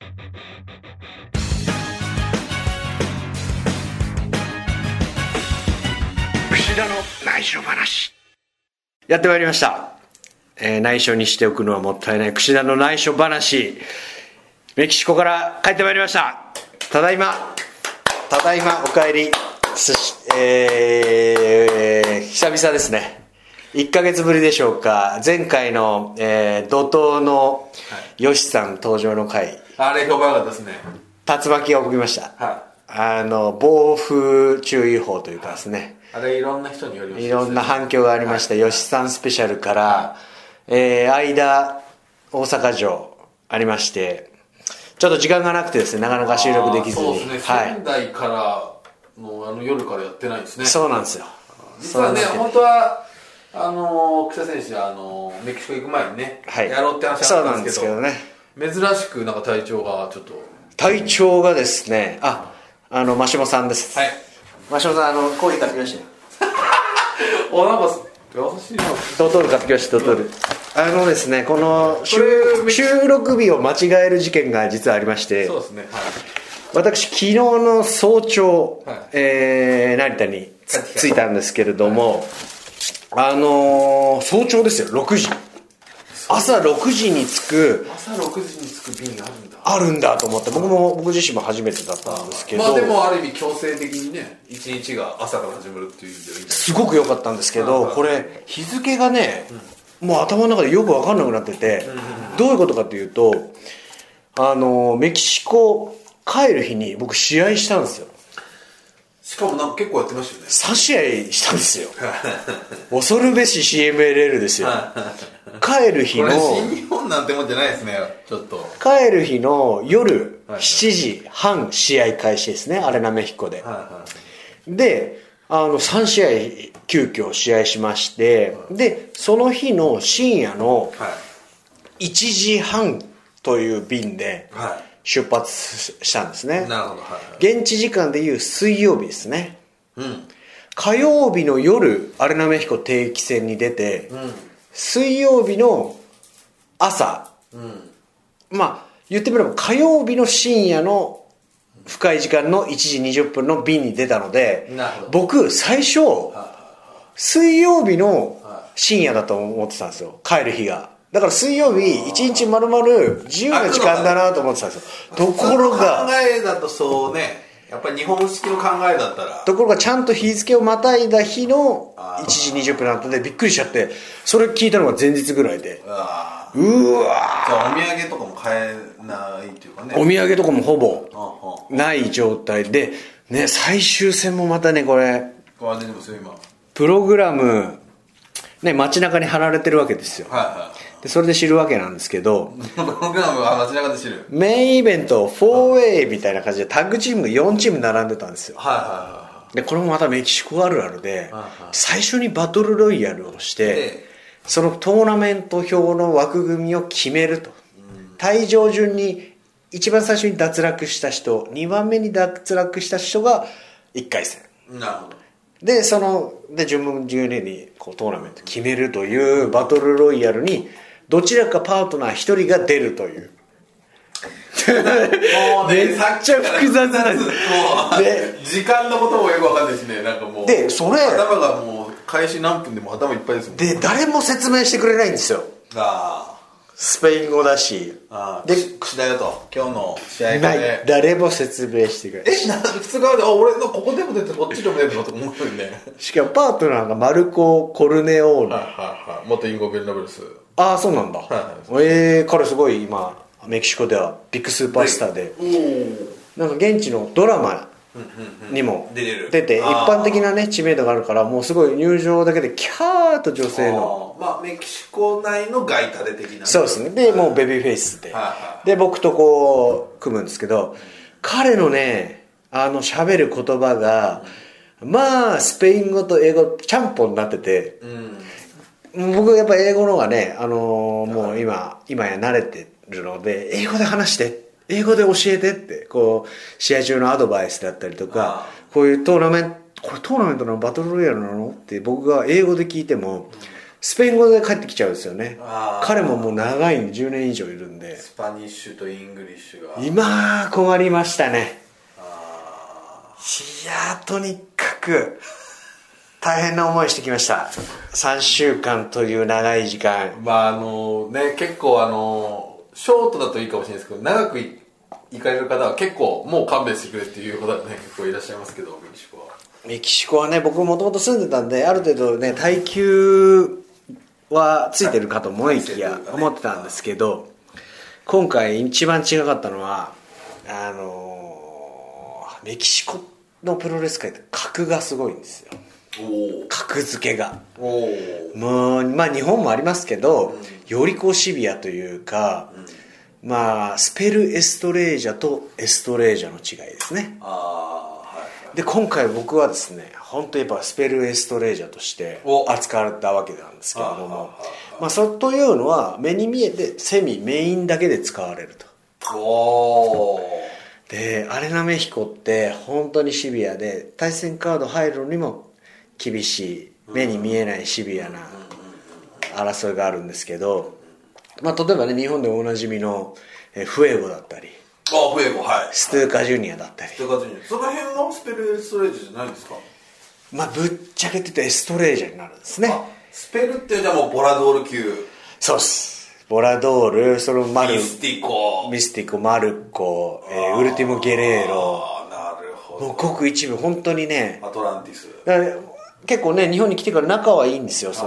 串田の内緒話、やってまいりました。内緒にしておくのはもったいない串田の内緒話。メキシコから帰ってまいりました。ただいまお帰り。久々ですね。1ヶ月ぶりでしょうか。前回の、怒涛のヨシさん登場の回、 あれ評判良かったですね。 竜巻が起きました。 はい。 暴風注意報というかですね、 あれいろんな人によりました、 いろんな反響がありました。ヨシさんスペシャルから、間大阪城ありまして、ちょっと時間がなくてですね、なかなか収録できずに。 そうですね、仙台からの夜からやってないんですね。 そうなんですよ。 実はね、本当は草選手メキシコ行く前にね、やろうって話あったんですけど、珍しくなんか体調がちょっと。 体調がですね、マシモさんです。はい。マシモさん、コーヒー買ってきましたよ。 なんか優しいな。 ドトール買ってきました。ドトール。ですね、この収録日を間違える事件が実はありまして。 そうですね。はい。 私昨日の早朝、成田に着いたんですけれども、早朝ですよ。6時、朝6時に着く便があるんだと思って、僕自身も初めてだったんですけど、 でもある意味強制的にね、一日が朝から始まるっていう意味ではいいんすごく良かったんですけど、これ日付がね、もう頭の中でよく分かんなくなってて、どういうことかというと、メキシコ帰る日に僕試合したんですよ。 しかもなんか結構やってましたよね。 3試合したんですよ。恐るべし CMLL ですよ。帰る日の、 新日本なんてもんじゃないですね。ちょっと帰る日の夜7時半試合開始ですね、アレナメヒコで。で、3試合急遽試合しまして、でその日の深夜の1時半という便で出発したんですね。 なるほど。 現地時間でいう水曜日ですね。火曜日の夜アレナメヒコ定期戦に出て、水曜日の朝、言ってみれば火曜日の深夜の深い時間の1時20分の便に出たので、僕最初水曜日の深夜だと思ってたんですよ、帰る日が。だから水曜日1日丸々自由な時間だなと思ってたんですよ。ところが考えだとそうね、やっぱり日本式の考えだったら、 ところがちゃんと日付をまたいだ日の1時20分だったんでびっくりしちゃって、それ聞いたのが前日ぐらいで、 じゃあお土産とかも買えないっていうかね、 お土産とかもほぼない状態でね、最終戦もまたね、これ出てますよ今、 プログラムね、街中に貼られてるわけですよ。でそれで知るわけなんですけど、 プログラムは街中で知る。 メインイベント 4way みたいな感じでタッグチームが4チーム並んでたんですよ。でこれもまたメキシコあるあるで、最初にバトルロイヤルをして、そのトーナメント表の枠組みを決めると、退場順に一番最初に脱落した人、2番目に脱落した人が1回戦。 なるほど。 で順分順々にこうトーナメント決めるというバトルロイヤルにどちらかパートナー1人が出るというめっちゃ複雑なんです。時間のこともよく分かんないしね、なんかもうでそれ頭がもう開始何分でも頭いっぱいですもん。 で誰も説明してくれないんですよ。スペイン語だし、 で串だよと、今日の試合で誰も説明してくれない。 普通側で俺のここでも出てこっちでも出てるのと思うよね。 しかもパートナーがマルコ・コルネオーネ、 元インゴベルナブルス。 そうなんだ。彼すごい今メキシコではビッグスーパースターで、なんか現地のドラマにも出て、一般的なね知名度があるから、もうすごい入場だけでキャーッと女性のメキシコ内のガイタレ的な、 そうですね。でもうベビーフェイスで、僕とこう組むんですけど、彼のね喋る言葉がスペイン語と英語ちゃんぽんになってて、僕やっぱ英語の方がね、もう今や慣れてるので、英語で話して、英語で教えてってこう試合中のアドバイスだったりとか、こういうトーナメントのバトルロイヤルなのって僕が英語で聞いてもスペイン語で帰ってきちゃうんですよね。彼ももう長い10年以上いるんで。 スパニッシュとイングリッシュが今困りましたね。いやとにかく大変な思いしてきました。3週間という長い時間。 結構ショートだといいかもしれないですけど、長く行かれる方は結構もう勘弁してくれっていう方がね結構いらっしゃいますけど、 メキシコはね、僕もともと住んでたんである程度ね耐久はついてるかと思いきや思ってたんですけど、今回一番違かったのはメキシコのプロレス界って格がすごいんですよ。格付けがもう日本もありますけど、よりこうシビアというか、スペルエストレージャとエストレージャの違いですね。で今回僕はですね、本当にやっぱスペルエストレージャとして扱われたわけなんですけれども、そというのは目に見えてセミメインだけで使われると。でアレナメヒコって本当にシビアで、対戦カード入るのにも厳しい、目に見えないシビアな争いがあるんですけど、例えばね、日本でおなじみのフエゴだったり、 フエゴ、はい、 ストゥーカジュニアだったり、 その辺はスペルエストレージャーじゃないんですか？ ぶっちゃけて言うとエストレージャーになるんですね。 スペルってじゃあもうボラドール級。 そうです。ボラドール、ミスティコ、 マルコ、ウルティモ・ゲレーロ、 なるほど、 もうごく一部、本当にね、 アトランティス。 結構ね、日本に来てから仲はいいんですよ。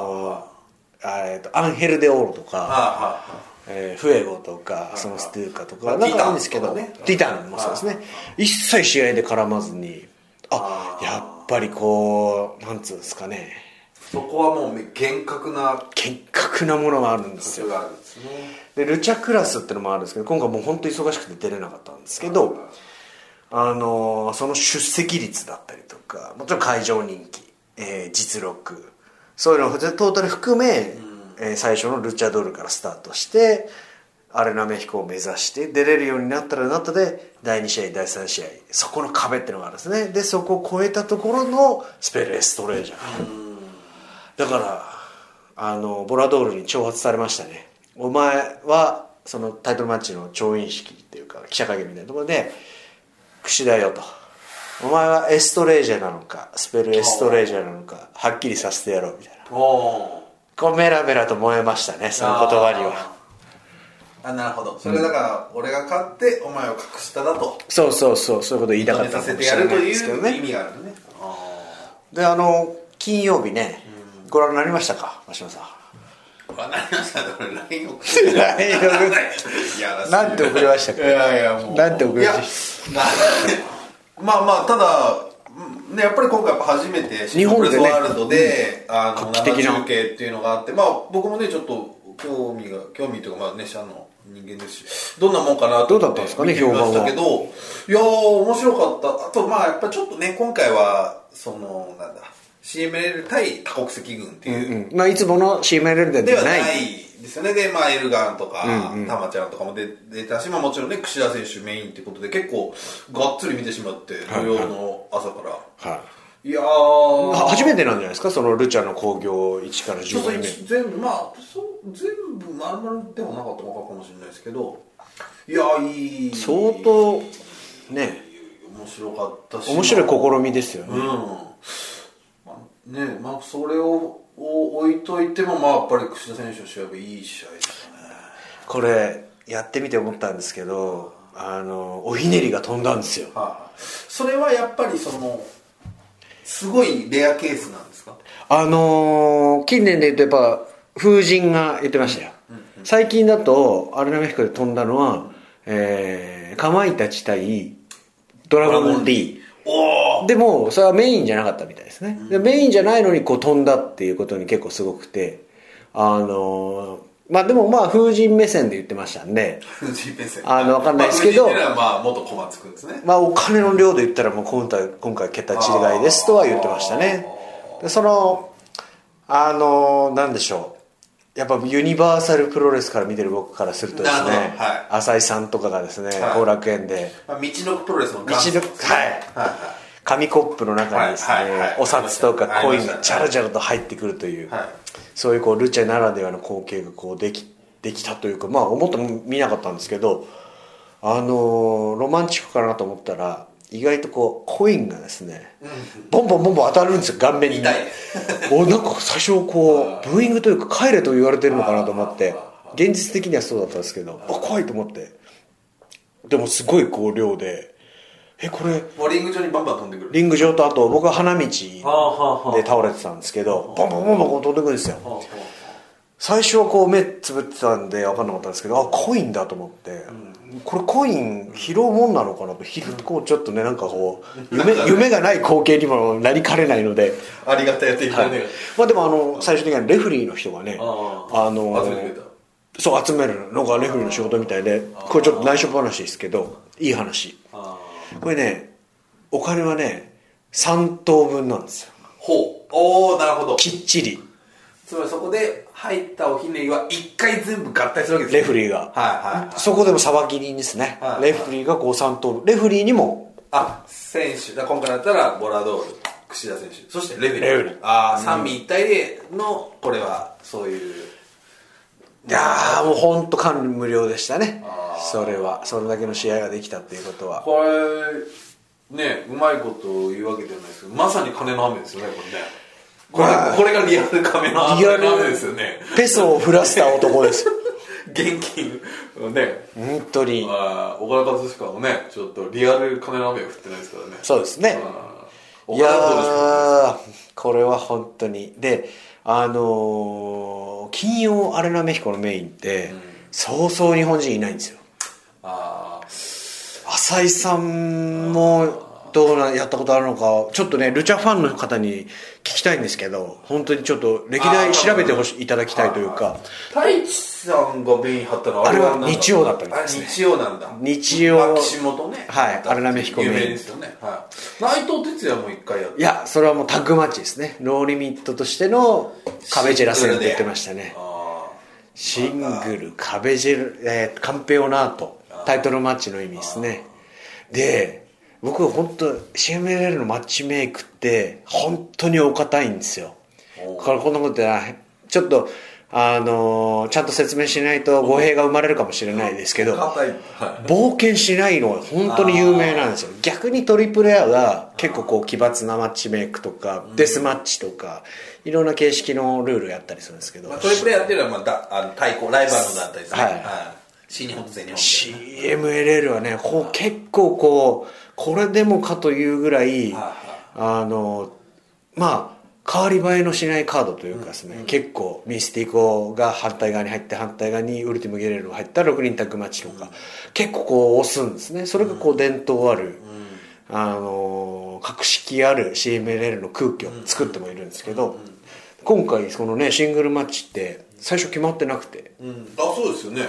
アンヘル・デ・オーロとか、フエゴとか、そのストゥーカとか仲いいんですけど、ティタンもそうですね。一切試合で絡まずに、やっぱりこうなんつうんですかね、 そこはもう厳格なものがあるんですよ。でルチャクラスってのもあるんですけど、今回もう本当に忙しくて出れなかったんですけど、その出席率だったりとか、もちろん会場人気、実力、そういうのをトータル含め、最初のルチャドールからスタートしてアレナメヒコを目指して出れるようになったらなったで、第2試合第3試合、そこの壁っていうのがあるんですね。でそこを越えたところのスペルエストレージャーだからボラドールに挑発されましたね。お前はそのタイトルマッチの調印式っていうか記者会見みたいなところで、櫛だよと、お前はエストレージャーなのかスペルエストレージャーなのかはっきりさせてやろうみたいな、こうメラメラと燃えましたね、その言葉には。 なるほど。それだから俺が勝ってお前を隠しただと、 そういうことを言いたかったかもしれないですけどね。 意味があるね。 で金曜日ね、ご覧になりましたか、真島さん。 ご覧になりましたね。俺 LINE 送ってなんて送りましたか。なんて送りました。 ただね、やっぱり今回初めてシングルスワールドで生中継っていうのがあって、僕もねちょっと興味というか社の人間ですし、どんなもんかなと思って見てみましたけど、いや面白かった。あとやっぱりちょっとね今回はCMLL 対多国籍軍っていう、 いつもの CMLL ではないですよね。でエルガンとかタマちゃんとかも出たし、もちろんね櫛田選手メインってことで結構がっつり見てしまって、土曜の朝から、いや初めてなんじゃないですか、そのルチャの興行1から15年目。 全部丸々ではなかったのかもしれないですけど、いやいい、 相当ね面白かったし、 面白い試みですよね。 それを置いといてもやっぱり櫛田選手の試合はいい試合でしたね。 これやってみて思ったんですけど、おひねりが飛んだんですよ。 それはやっぱりすごいレアケースなんですか？ 近年で言うとやっぱ風神が言ってましたよ。最近だとアレナメヒコで飛んだのは、かまいたち対ドラゴン D。でもそれはメインじゃなかったみたいですね。でメインじゃないのに飛んだっていうことに結構すごくて、でも風神目線で言ってましたんで、 風神目線分かんないですけど、 風神っていうのは元小松くんですね。 お金の量で言ったらもう今回桁違いですとは言ってましたね。でなんでしょう、やっぱユニバーサルプロレスから見てる僕からするとですね、浅井さんとかがですね、後楽園で道のくプロレスの元祖ですね。 紙コップの中にですね、お札とかコインがジャラジャラと入ってくるという、 そういうこうルチャならではの光景がこうできたというか、まあ思っても見なかったんですけど、ロマンチックかなと思ったら意外とこうコインがですね、ボンボンボンボン当たるんですよ、顔面に。なんか最初こうブーイングというか帰れと言われてるのかなと思って、現実的にはそうだったんですけど、怖いと思って。でもすごいこう量で、これもうリング上にバンバン飛んでくる。 リング上と、あと僕は花道で倒れてたんですけど、ボンボンボンボン飛んでくるんですよ。最初はこう目つぶってたんで分かんなかったんですけど、コインだと思って、これコイン拾うもんなのかなと、拾ってこうちょっとね、なんかこう夢がない光景にもなりかねないので、 ありがたいやっていただね。 まあでも最終的にはレフリーの人がね、集めるのがレフリーの仕事みたいで、これちょっと内緒話ですけど、いい話。これね、お金はね3等分なんですよ。 おお、なるほど。 きっちり。 つまりそこで入ったおひねりは1回全部合体するわけですね、 レフリーが。そこでも裁き人ですね。レフリーがこう3等分。レフリーにも選手今回だったらボラドール、櫛田選手、そしてレフリー、三位一体での、これはそういう。 いやもう本当感無量でしたね。それだけの試合ができたっていうことは。 これね、うまいこと言うわけじゃないですけど、まさに金の雨ですよね、これがリアル金の雨ですよね。 ペソを降らせた男です現金をね、 本当に。 岡田和親もね、ちょっとリアル金の雨は降ってないですからね。 そうですね。いやこれは本当に。で、金曜アレナメヒコのメインって、そうそう日本人いないんですよ。浅井さんもやったことあるのか、ちょっとねルチャファンの方に聞きたいんですけど、本当にちょっと歴代調べていただきたいというか。 太一さんがメイン張ったのはあれは日曜だったんですね。 日曜なんだ。 日曜、 岸本ね、 アレナメヒコメイン有名ですよね。内藤哲也も一回やった。 いや、それはもうタッグマッチですね。ノーリミットとしての壁ジェラ戦って言ってましたね。シングル壁ジェラ、カンペオナート、タイトルマッチの意味ですね。で、僕本当 CMLL のマッチメイクって本当にお堅いんですよ。これこんなことはちょっとちゃんと説明しないと語弊が生まれるかもしれないですけど、冒険しないのは本当に有名なんですよ。逆にトリプルエアが結構こう奇抜なマッチメイクとかデスマッチとかいろんな形式のルールをやったりするんですけど、 トリプルエアっていうのは対抗ライバルの団体ですね。新日本と全日本 CMLL はね、結構これでもかというぐらい変わり映えのしないカードというかですね、結構ミスティコが反対側に入って、反対側にウルティムゲレーロが入った6人タッグマッチとか、結構押すんですね。それが伝統ある、格式ある CMLL の空気を作ってもいるんですけど、今回そのねシングルマッチって最初決まってなくて、 そうですよね。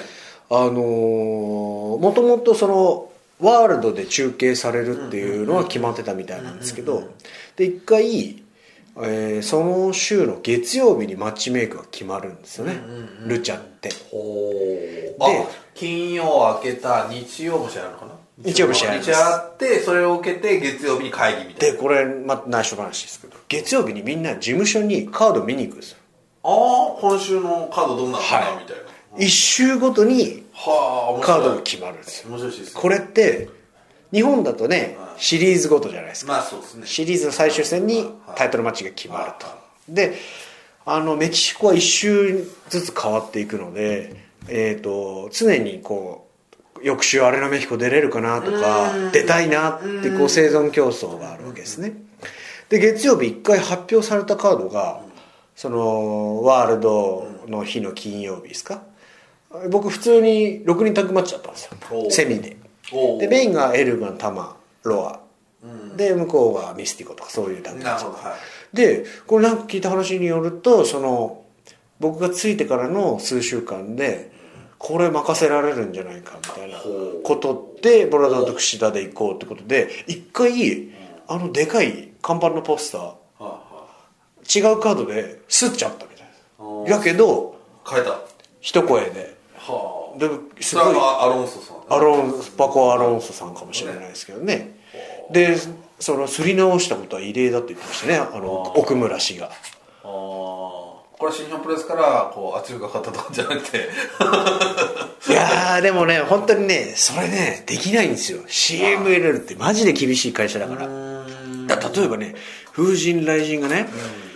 もともとそのワールドで中継されるっていうのは決まってたみたいなんですけど、で一回その週の月曜日にマッチメイクが決まるんですよね、ルチャって。 で金曜明けた日曜も試合あるのかな。 日曜日試合あります。 日あって、それを受けて月曜日に会議みたいな。 でこれ内緒話ですけど、月曜日にみんな事務所にカード見に行くんですよ。 今週のカードどんなのかな、みたいな。 1週ごとにカードが決まるんですよ。 面白いですね。 これって日本だとねシリーズごとじゃないですか。 そうですね。 シリーズの最終戦にタイトルマッチが決まると。でメキシコは1週ずつ変わっていくので、常に翌週アレナメヒコ出れるかなとか、出たいなって生存競争があるわけですね。で月曜日1回発表されたカードがそのワールドの日の金曜日ですか。僕普通に6人タッグマッチだったんですよ、セミで。でメインがエルガン、タマ、ロア、で向こうがミスティコとかそういうタッグマッチ。でこれなんか聞いた話によると、その僕がついてからの数週間でこれ任せられるんじゃないかみたいなことで、ボラドーと櫛田で行こうってことで一回でかい看板のポスター違うカードでスッちゃったみたいな。だけど変えた一声で、 すごいアロンソさん、 パコ・アロンソさんかもしれないですけどね。でそのすり直したことは異例だって言ってましたね、奥村氏が。 これ新日本プロレスからこう圧力がかかったとかじゃなくていやーでもね本当にねそれねできないんですよ。 CM 入れるってマジで厳しい会社だから。例えばね風神雷神がね、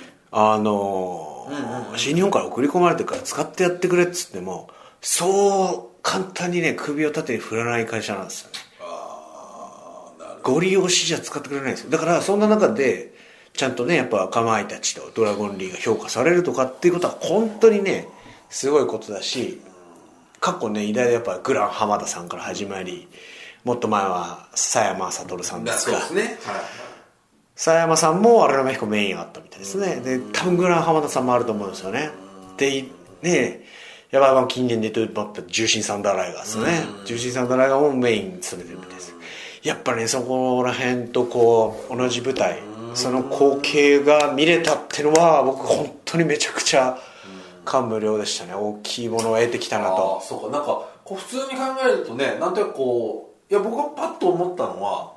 新日本から送り込まれてから使ってやってくれっつってもそう簡単にね首を縦に振らない会社なんですよね。ゴリ押しじゃ使ってくれないんですよ。だからそんな中でちゃんとねやっぱかまいたちとドラゴンリーが評価されるとかっていうことは本当にねすごいことだし、過去ね偉大でやっぱグラン浜田さんから始まり、もっと前は佐山悟さんですか。 そうですね、はい、 佐山さんも荒波彦メインあったみたいですね。で多分グラン浜田さんもあると思うんですよね。でねやばい近年で言うと重心サンダーライガーですよね。重心サンダーライガーもメイン務めてるみたいです。やっぱねそこら辺とこう同じ舞台その光景が見れたっていうのは僕本当にめちゃくちゃ感無量でしたね。大きいものを得てきたなと。 そうか、なんかこう普通に考えるとね、なんとなくこういや僕がパッと思ったのは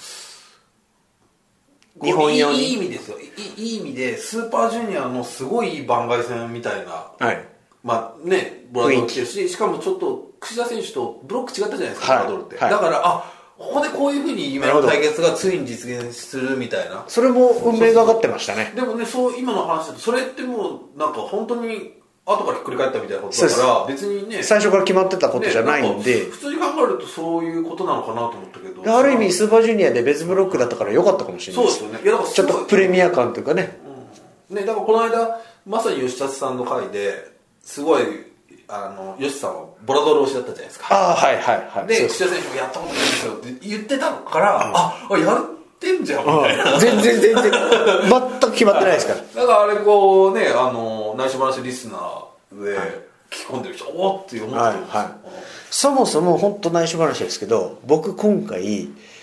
日本用にいい意味ですよ。いい意味でスーパージュニアのすごい番外戦みたいな、 はい、 まあねブラドルってるし、しかもちょっと櫛田選手とブロック違ったじゃないですか、 はい、 ブラドルって、 はい、 だからここでこういうふうに今の対決がついに実現するみたいな、 それも運命がかってましたね。 でもねそう今の話だとそれってもうなんか本当に後からひっくり返ったみたいなことだから別にね最初から決まってたことじゃないんで、 ね、普通に考えるとそういうことなのかなと思ったけど、 ある意味スーパージュニアで別ブロックだったから良かったかもしれないです。 そうですよね。いやだからちょっとプレミア感というかね、 ね、だからこの間まさに吉田さんの回ですごい吉さんはボラドル推しだったじゃないですか。 はいはいはい。 で櫛田選手もやったことないですよって言ってたから、やってんじゃんみたいな。 全然全く決まってないですから。 だからあれこうね内緒話リスナーで聞き込んでる人おーって思ってるんですよ、はいはい、 そもそも本当内緒話ですけど、僕今回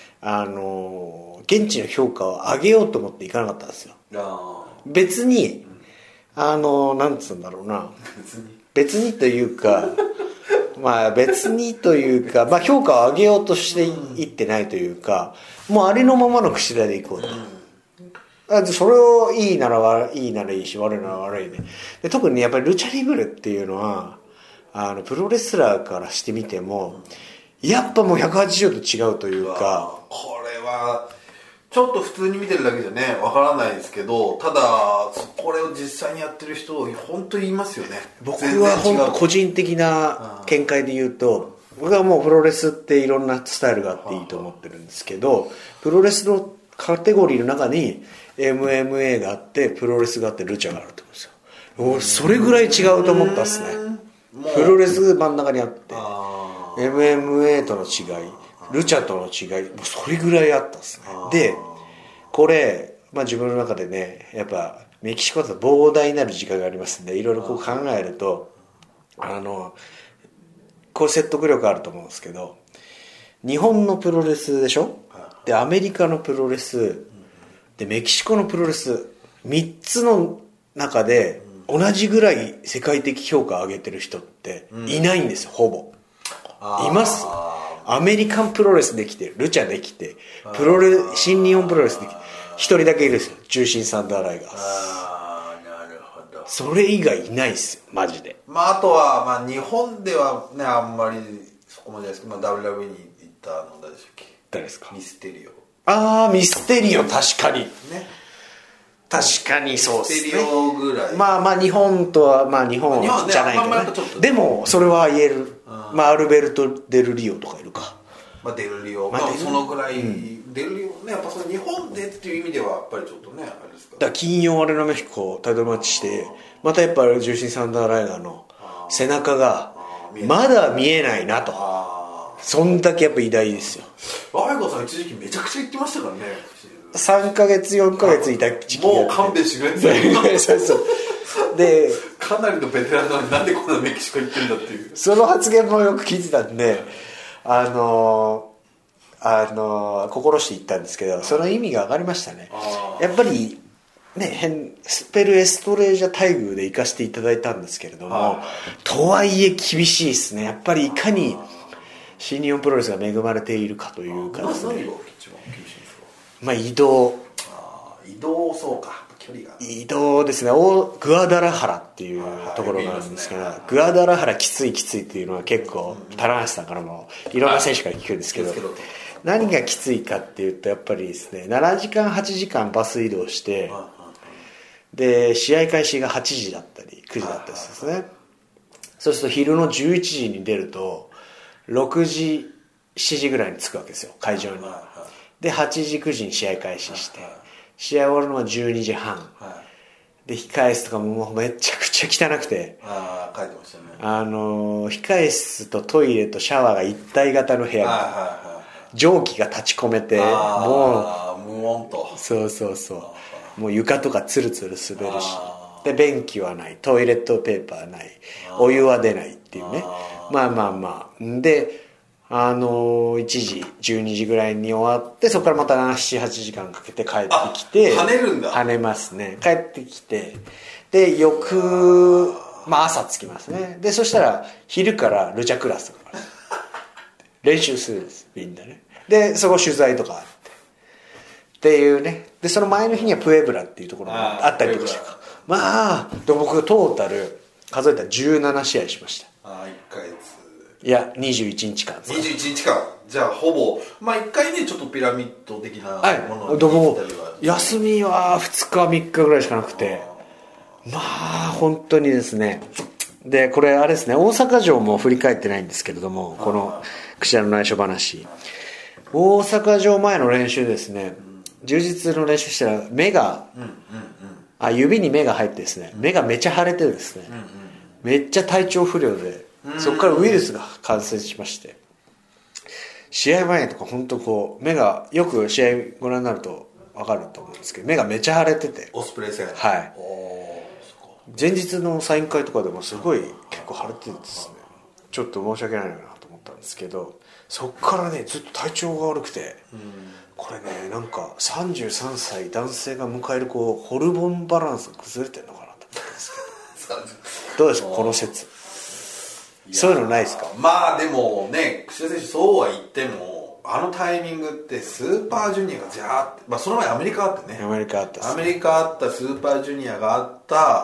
現地の評価を上げようと思って行かなかったんですよ。別になんつうんだろうな、別にというかまあ別にというか、まあ、評価を上げようとしていってないというか、もうありのままの櫛田でいこうと、それをいいならいいし悪いなら悪いで、特にやっぱりルチャリブルっていうのはプロレスラーからしてみてもやっぱもう180度違うというか、 これはちょっと普通に見てるだけじゃねわからないですけど、ただこれを実際にやってる人本当にいますよね。 僕は本当個人的な見解で言うと、僕はもうプロレスっていろんなスタイルがあっていいと思ってるんですけど、プロレスのカテゴリーの中に MMA があってプロレスがあってルチャがあると思うんですよ。それぐらい違うと思ったっすね。プロレス真ん中にあって MMA との違い、ルチャとの違い、もうそれぐらいあったっすね。でこれ、まあ、自分の中でねやっぱメキシコだと膨大なる時間がありますんで、いろいろこう考えるとこう説得力あると思うんですけど、日本のプロレスでしょ、でアメリカのプロレスでメキシコのプロレス、3つの中で同じぐらい世界的評価を上げてる人っていないんですよ、ほぼ。います？アメリカンプロレスできてルチャできて新日本プロレスできて1人だけいるんですよ、重心サンダーライガー。 なるほど。 それ以外いないっすよマジで。 あとは、まあ、日本ではねあんまりそこまでですけど、まあ、WWE に行ったの誰でしたっけ。 誰ですか。 ミステリオ。 ミステリオ、確かにね、確かにそうですね。 ミステリオぐらい、 まあ日本とはまあ日本じゃないけどね、でもそれは言える。まあアルベルト・デルリオとかいるか、 まあ、デルリオ、まあ、そのぐらい、デルリオね、やっぱその日本でっていう意味ではやっぱりちょっとねあれですか。 だから金曜アレナメヒコタイトルマッチしてまたやっぱり重心サンダーライガーの背中がまだ見えないなと、そんだけやっぱ偉大ですよ。 ライガーさん一時期めちゃくちゃ言ってましたからね。 3ヶ月4ヶ月いた時期があって、 もう勘弁してくれそうでかなりのベテランなのになんでこんなメキシコ行ってんだっていう、 その発言もよく聞いてたんで心して言ったんですけど、その意味が分かりましたね。やっぱりねスペルエストレージャ待遇で行かせていただいたんですけれども、とはいえ厳しいですね。やっぱりいかに新日本プロレスが恵まれているかというかですね。 何が一番厳しいんですか。 まあ移動、 移動、そうか距離が移動ですね、グアダラハラっていうところがあるんですけど、グアダラハラきついっていうのは結構棚橋さんからもいろんな選手から聞くんですけど、何がきついかっていうとやっぱりですね、7時間8時間バス移動して、で試合開始が8時だったり9時だったりですね。そうすると昼の11時に出ると6時7時ぐらいに着くわけですよ、会場に。で8時9時に試合開始して、試合終わるのは12時半、で控室とかもめちゃくちゃ汚くて、 書いてましたね。 控室とトイレとシャワーが一体型の部屋みたいな、蒸気が立ち込めて、もう無音と、 そうもう床とかツルツル滑るし、で便器はない、トイレットペーパーない、お湯は出ないっていうね。まあで1時12時ぐらいに終わって、そこからまた 7,8 時間かけて帰ってきて、 跳ねるんだ。 跳ねますね。帰ってきて、で朝着きますね。でそしたら昼からルチャクラスとか練習するんです、みんなね。でそこ取材とかあっていうね。でその前の日にはプエブラっていうところがあったりとかして、で僕トータル数えたら17試合しました。 1ヶ月、 いや21日間。 21日間、じゃあほぼ1回ねちょっとピラミッド的なものに行ったりは、休みは2日3日ぐらいしかなくて、本当にですね。でこれあれですね、大阪城も振り返ってないんですけれども、この櫛田の内緒話、大阪城前の練習ですね、充実の練習したら目が、指に目が入ってですね、目がめちゃ腫れてですね、めっちゃ体調不良で、そこからウイルスが感染しまして、試合前とか本当こう目が、よく試合ご覧になると分かると思うんですけど、目がめちゃ腫れてて、 オスプレイ戦、 前日のサイン会とかでもすごい結構腫れててですね、ちょっと申し訳ないなと思ったんですけど、そっからねずっと体調が悪くて、これねなんか33歳男性が迎えるホルモンバランスが崩れてるのかなと思ったんですけどどうですかこの説。そういうのないですか。 でもね、櫛田選手そうは言っても、あのタイミングってスーパージュニアがジャーって、その前アメリカあってね、 アメリカあったスーパージュニアがあった。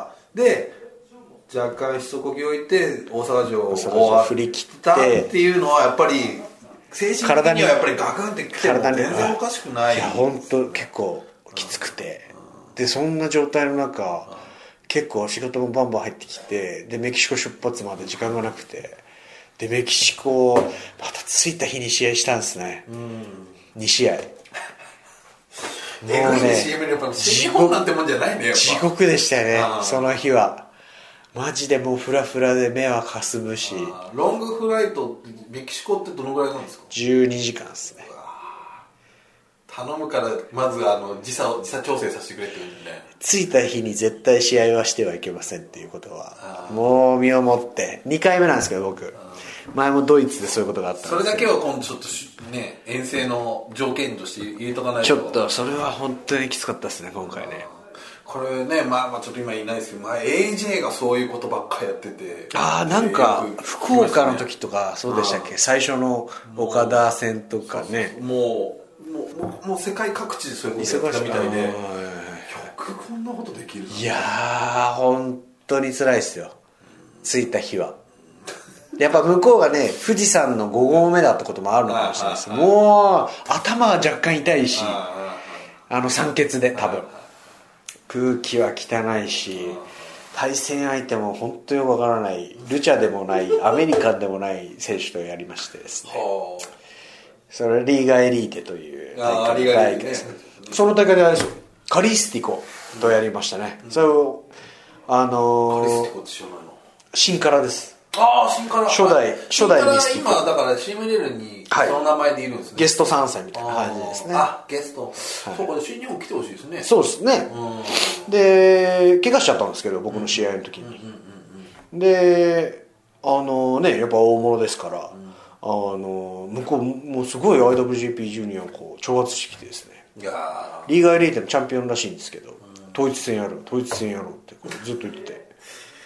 で若干一呼吸置いて大阪城を終わ振り切ったっていうのはやっぱり精神的にはやっぱりガクンってきても全然おかしくない。 いや本当結構きつくて、でそんな状態の中結構仕事もバンバン入ってきて、でメキシコ出発まで時間がなくて、でメキシコまた着いた日に試合したんですね。2試合もうね、地獄なんてもんじゃないね、やっぱ地獄でしたよね。その日はマジでもうフラフラで目はかすむし。 ロングフライトってメキシコってどのぐらいなんですか。 12時間ですね。 頼むからまず時差調整させてくれって言うんで、 着いた日に絶対試合はしてはいけませんっていうことはもう身をもって、2回目なんですけど僕前もドイツでそういうことがあったんですけど、 それだけは今度ちょっとね遠征の条件として入れとかないと。 ちょっとそれは本当にきつかったですね今回ね。 これね、ちょっと今いないですけど、AJ がそういうことばっかりやってて、 なんか福岡の時とかそうでしたっけ、最初の岡田戦とかね、 もう世界各地でそういうことやってたみたいで、よくこんなことできる。 いやー本当に辛いですよ、着いた日は。やっぱ向こうがね富士山の5合目だったこともあるのかもしれないです。もう頭は若干痛いし、酸欠で多分空気は汚いし、対戦相手も本当によくわからない、ルチャでもないアメリカンでもない選手とやりましてですね、それリーガエリーテという大会ですね。その大会であれですよ、カリスティコとやりましたね。それをカリスティコって知らないの。 新カラです。 新カラ初代ミスティコ。 今だからチームレールにその名前でいるんですね。 ゲスト参戦みたいな感じですね。 ゲスト、そうか、新日本来てほしいですね。 そうですね。で怪我しちゃったんですけど僕の試合の時に、でやっぱ大物ですから、向こうもうすごい IWGP ジュニアを挑発してきてですね、リーガエリーテのチャンピオンらしいんですけど、統一戦やろうってずっと言ってて、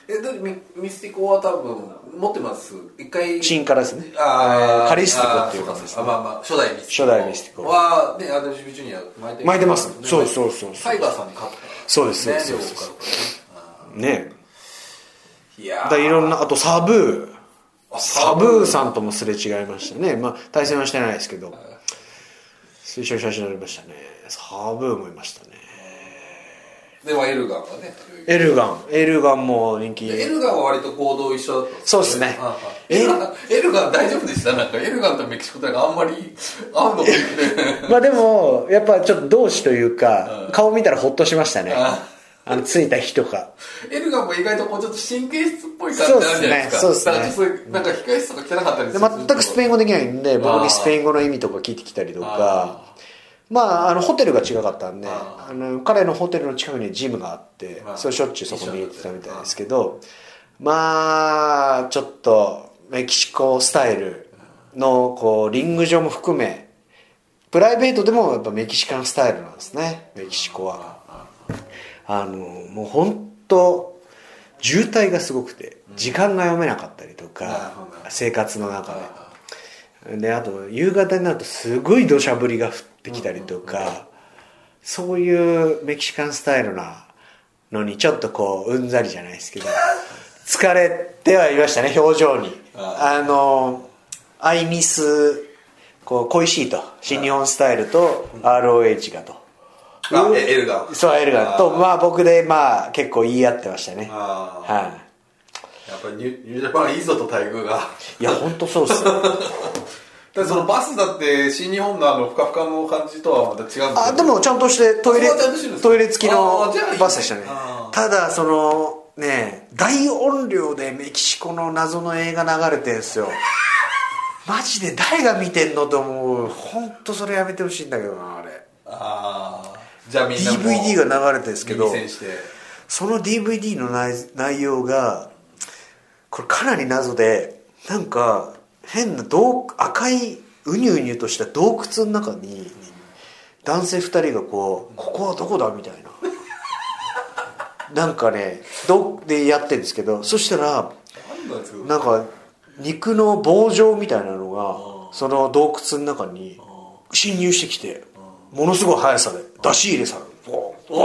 だってミスティコは多分持ってます。一回新からですね。カリスティコっていう感じですね。 まあまあ初代ミスティコはね、アドルフ・ジュニア巻いてます。そうタイガーさんに勝った。 そうですね。いやいろんな、あとサブーさんともすれ違いましたね。まあ対戦はしてないですけど、推奨写真になりましたね。サブーもいましたね。 でもエルガンがね、 エルガンも人気。 エルガンは割と行動一緒だった。 そうですね。 エルガン大丈夫でした？なんかエルガンとメキシコがあんまり合うのまあでもやっぱちょっと同志というか、顔見たらホッとしましたね。ついた日とか。 エルガンも意外とこうちょっと神経質っぽい感じあるじゃないですか。 そうですね。 なんか控室とか汚かったりする。 全くスペイン語できないんで、僕にスペイン語の意味とか聞いてきたりとか。まあ、ホテルが違かったんで、彼のホテルの近くにジムがあって、それしょっちゅうそこに行ってたみたいですけど、まあちょっとメキシコスタイルのこうリング上も含めプライベートでもやっぱメキシカンスタイルなんですね、メキシコは。もう本当渋滞がすごくて時間が読めなかったりとか、生活の中であと夕方になるとすごい土砂降りが降ってきたりとか、そういうメキシカンスタイルなのにちょっとこううんざりじゃないですけど疲れてはいましたね、表情に。アイミスこう恋しいと、新日本スタイルと ROH がと、 エルガンと、まあ僕でまあ結構言い合ってましたね。 はい、やっぱりニュージャパンいいぞと待遇が。 いや本当そうっすよだそのバスだって新日本のふかふかの感じとはまた違うんですか？ でもちゃんとしてトイレ付きのバスでしたね。ただそのね、大音量でメキシコの謎の映画流れてるんですよ。マジで誰が見てんのと思う。本当それやめてほしいんだけどな、あれ。 じゃあみんなも DVD が流れてるんですけど、 耳栓してその DVD の内容がこれかなり謎で、なんか変な赤いうにゅうにゅとした洞窟の中に男性2人がここはどこだみたいななんかねでやってるんですけど、そしたらなんか肉の棒状みたいなのがその洞窟の中に侵入してきて、ものすごい速さで出し入れされる。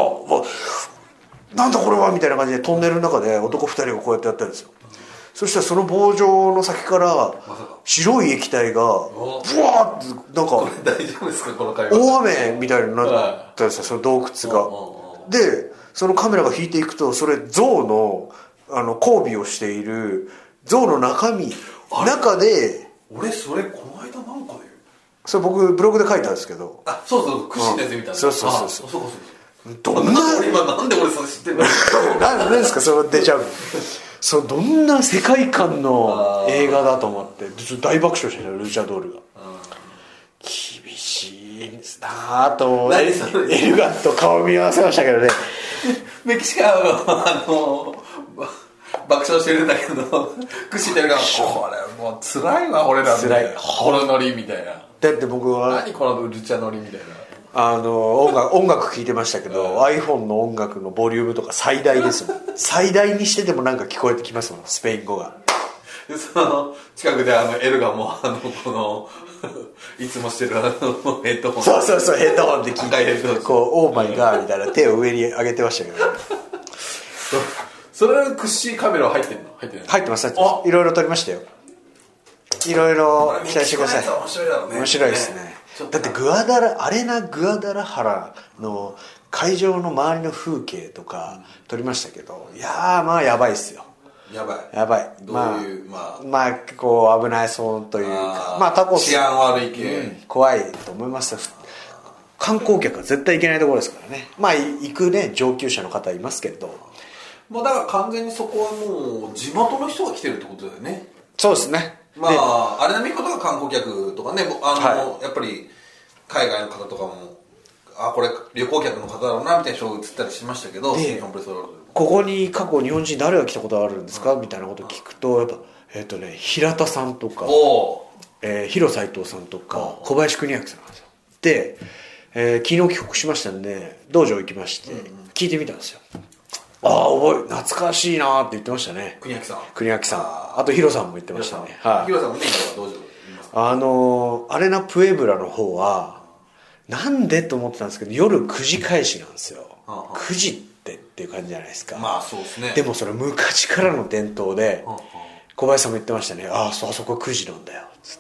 なんだこれはみたいな感じでトンネルの中で男2人がこうやってやってるんですよ。そしたらその棒状の先から白い液体がブワーってなんか大丈夫ですかこの会話。 大雨みたいになったんですよ、その洞窟が。でそのカメラが引いていくと、それ象の交尾をしている象の中で、 俺それこの間なんかでそれ僕ブログで書いたんですけど、 そうクッシーのやつ見たんそうどんな今なんで俺それ知ってんの何ですかそのデジャブどんな世界観の映画だと思って大爆笑してたルチャドールが。厳しいなぁとエルガンと顔見合わせましたけどねメキシカの爆笑してるんだけどクッシーってるからこれもう辛いわ俺らみたいな、このノリみたいな。 だって僕は何このルチャノリみたいな音楽聴いてましたけど、iPhone の音楽のボリュームとか最大ですもん最大にしててもなんか聞こえてきますもん、スペイン語が。 でその近くでエルガもこのいつもしてるヘッドホン、 そうヘッドホンで聞いてこうオーマイガーみたいな手を上に上げてましたけどそれはクッシーカメラは入ってんの？ 入ってます。いろいろ撮りましたよ。いろいろ期待してください。 面白いだろうね。 面白いですね。だってグアダラハラの会場の周りの風景とか撮りましたけど、いやーまあやばいっすよ。やばい。 どういうまあこう危ないそうというか、まあタコス治安悪い系、 怖いと思います。観光客は絶対行けないところですからね。まあ行くね上級者の方いますけど、 だから完全にそこはもう地元の人が来てるってことだよね。 そうですね。 あれなみことが観光客とかね、やっぱり海外の方とかもこれ旅行客の方だろうなみたいな人が映ったりしましたけど、ここに過去日本人誰が来たことあるんですか、みたいなことを聞くと、やっぱ平田さんとか広斎藤さんとか小林邦明さんなんですよ。で、昨日帰国しましたんで道場行きまして聞いてみたんですよ。 懐かしいなって言ってましたね。 国明さん。 あとヒロさんも言ってましたね。はい。 ヒロさんもね、今はどうじゃいますか？ アレナプエブラの方はなんでと思ってたんですけど、夜9時開始なんですよ。9時っていう感じじゃないですか。 まあそうですね。 でもそれ昔からの伝統で、小林さんも言ってましたね。あそこは9時なんだよつって。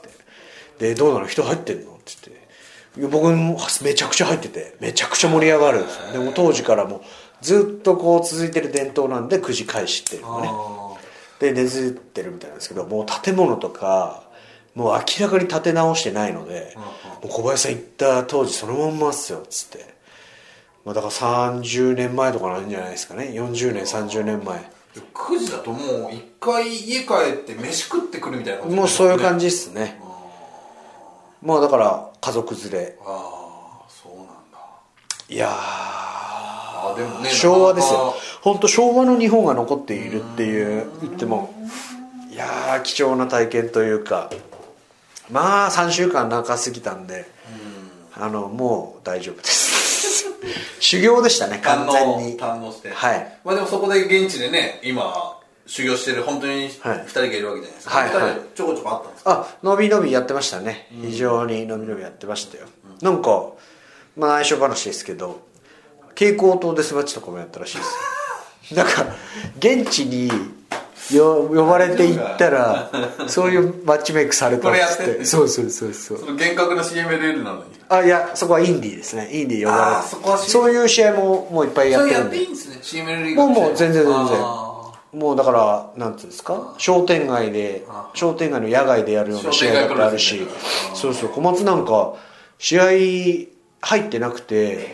で、どうなの、人入ってんのって言って、僕もめちゃくちゃ入ってて、めちゃくちゃ盛り上がるんですよ。でも当時からもずっとこう続いてる伝統なんで9時開始っていうのがね。で根付いてるみたいなんですけど、もう建物とかもう明らかに建て直してないので、もう小林さん行った当時そのまんまっすよっつって、だから30年前とかなんじゃないですかね。40年30年前。 9時だともう一回家帰って飯食ってくるみたいな感じ、 もうそういう感じっすね。まあだから家族連れ。 そうなんだ。 いやでもね、 昭和ですよ。本当昭和の日本が残っているっていう言っても、いや貴重な体験というか、まあ3週間長すぎたんで、もう大丈夫です修行でしたね、完全に堪能して。 はい。 まあでもそこで現地でね、今修行してる本当に2人がいるわけじゃないですか。2人ちょこちょこあったんですか？ のびのびやってましたね。非常にのびのびやってましたよ。なんか内緒話ですけど、蛍光灯デスマッチとかもやったらしいですなんか現地に呼ばれて行ったらそういうマッチメイクされたっつって。そうその厳格な CMLL なのに。 いや、そこはインディーですね。インディー呼ばれて、そういう試合ももういっぱいやってるんで。 そうやっていいんですね、 CMLL が。 もう全然もうだからなんていうんですか、商店街の野外でやるような試合だってあるし、そう小松なんか試合入ってなくて、